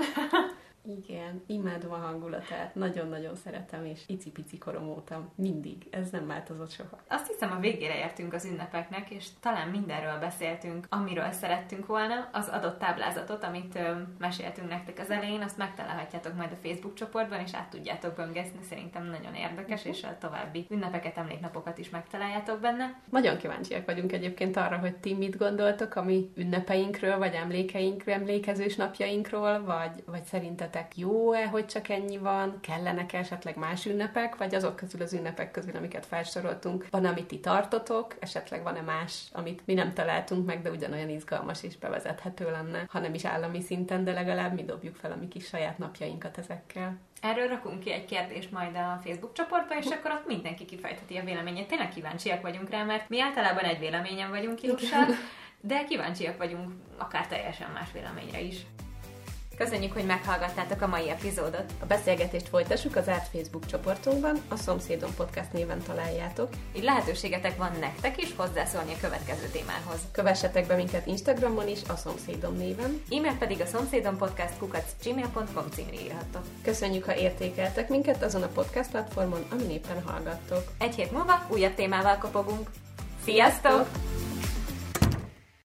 Igen, imádom a hangulatát, nagyon-nagyon szeretem, és icipici korom óta mindig, ez nem változott soha. Azt hiszem, a végére értünk az ünnepeknek, és talán mindenről beszéltünk, amiről szerettünk volna. Az adott táblázatot, amit ö, meséltünk nektek az elején, azt megtalálhatjátok majd a Facebook csoportban, és át tudjátok böngészni, szerintem nagyon érdekes, uh-huh. és a további ünnepeket, emléknapokat is megtaláljátok benne. Nagyon kíváncsiak vagyunk egyébként arra, hogy ti mit gondoltok a mi ünnepeinkről, vagy emlékeinkről, emlékezős napjainkról, vagy, vagy szerinted jó-e, hogy csak ennyi van? Kellenek esetleg más ünnepek? Vagy azok közül az ünnepek közül, amiket felsoroltunk, van, amit ti tartotok? Esetleg van-e más, amit mi nem találtunk meg, de ugyanolyan izgalmas és bevezethető lenne, ha nem is állami szinten, de legalább mi dobjuk fel a mi kis saját napjainkat ezekkel. Erről rakunk ki egy kérdést majd a Facebook csoportba, és akkor ott mindenki kifejtheti a véleményét. Tényleg kíváncsiak vagyunk rá, mert mi általában egy véleményen vagyunk Ilussal, de kíváncsiak vagyunk akár teljesen más véleményre is. Köszönjük, hogy meghallgattátok a mai epizódot. A beszélgetést folytassuk az zárt Facebook csoportunkban, a Szomszédom Podcast néven találjátok. Így lehetőségetek van nektek is hozzászólni a következő témához. Kövessetek be minket Instagramon is, a Szomszédom néven. E-mail pedig a szomszédompodcast kukac gmail pont com címre írhattok. Köszönjük, ha értékeltek minket azon a podcast platformon, amin éppen hallgattok. Egy hét múlva újabb témával kopogunk. Sziasztok!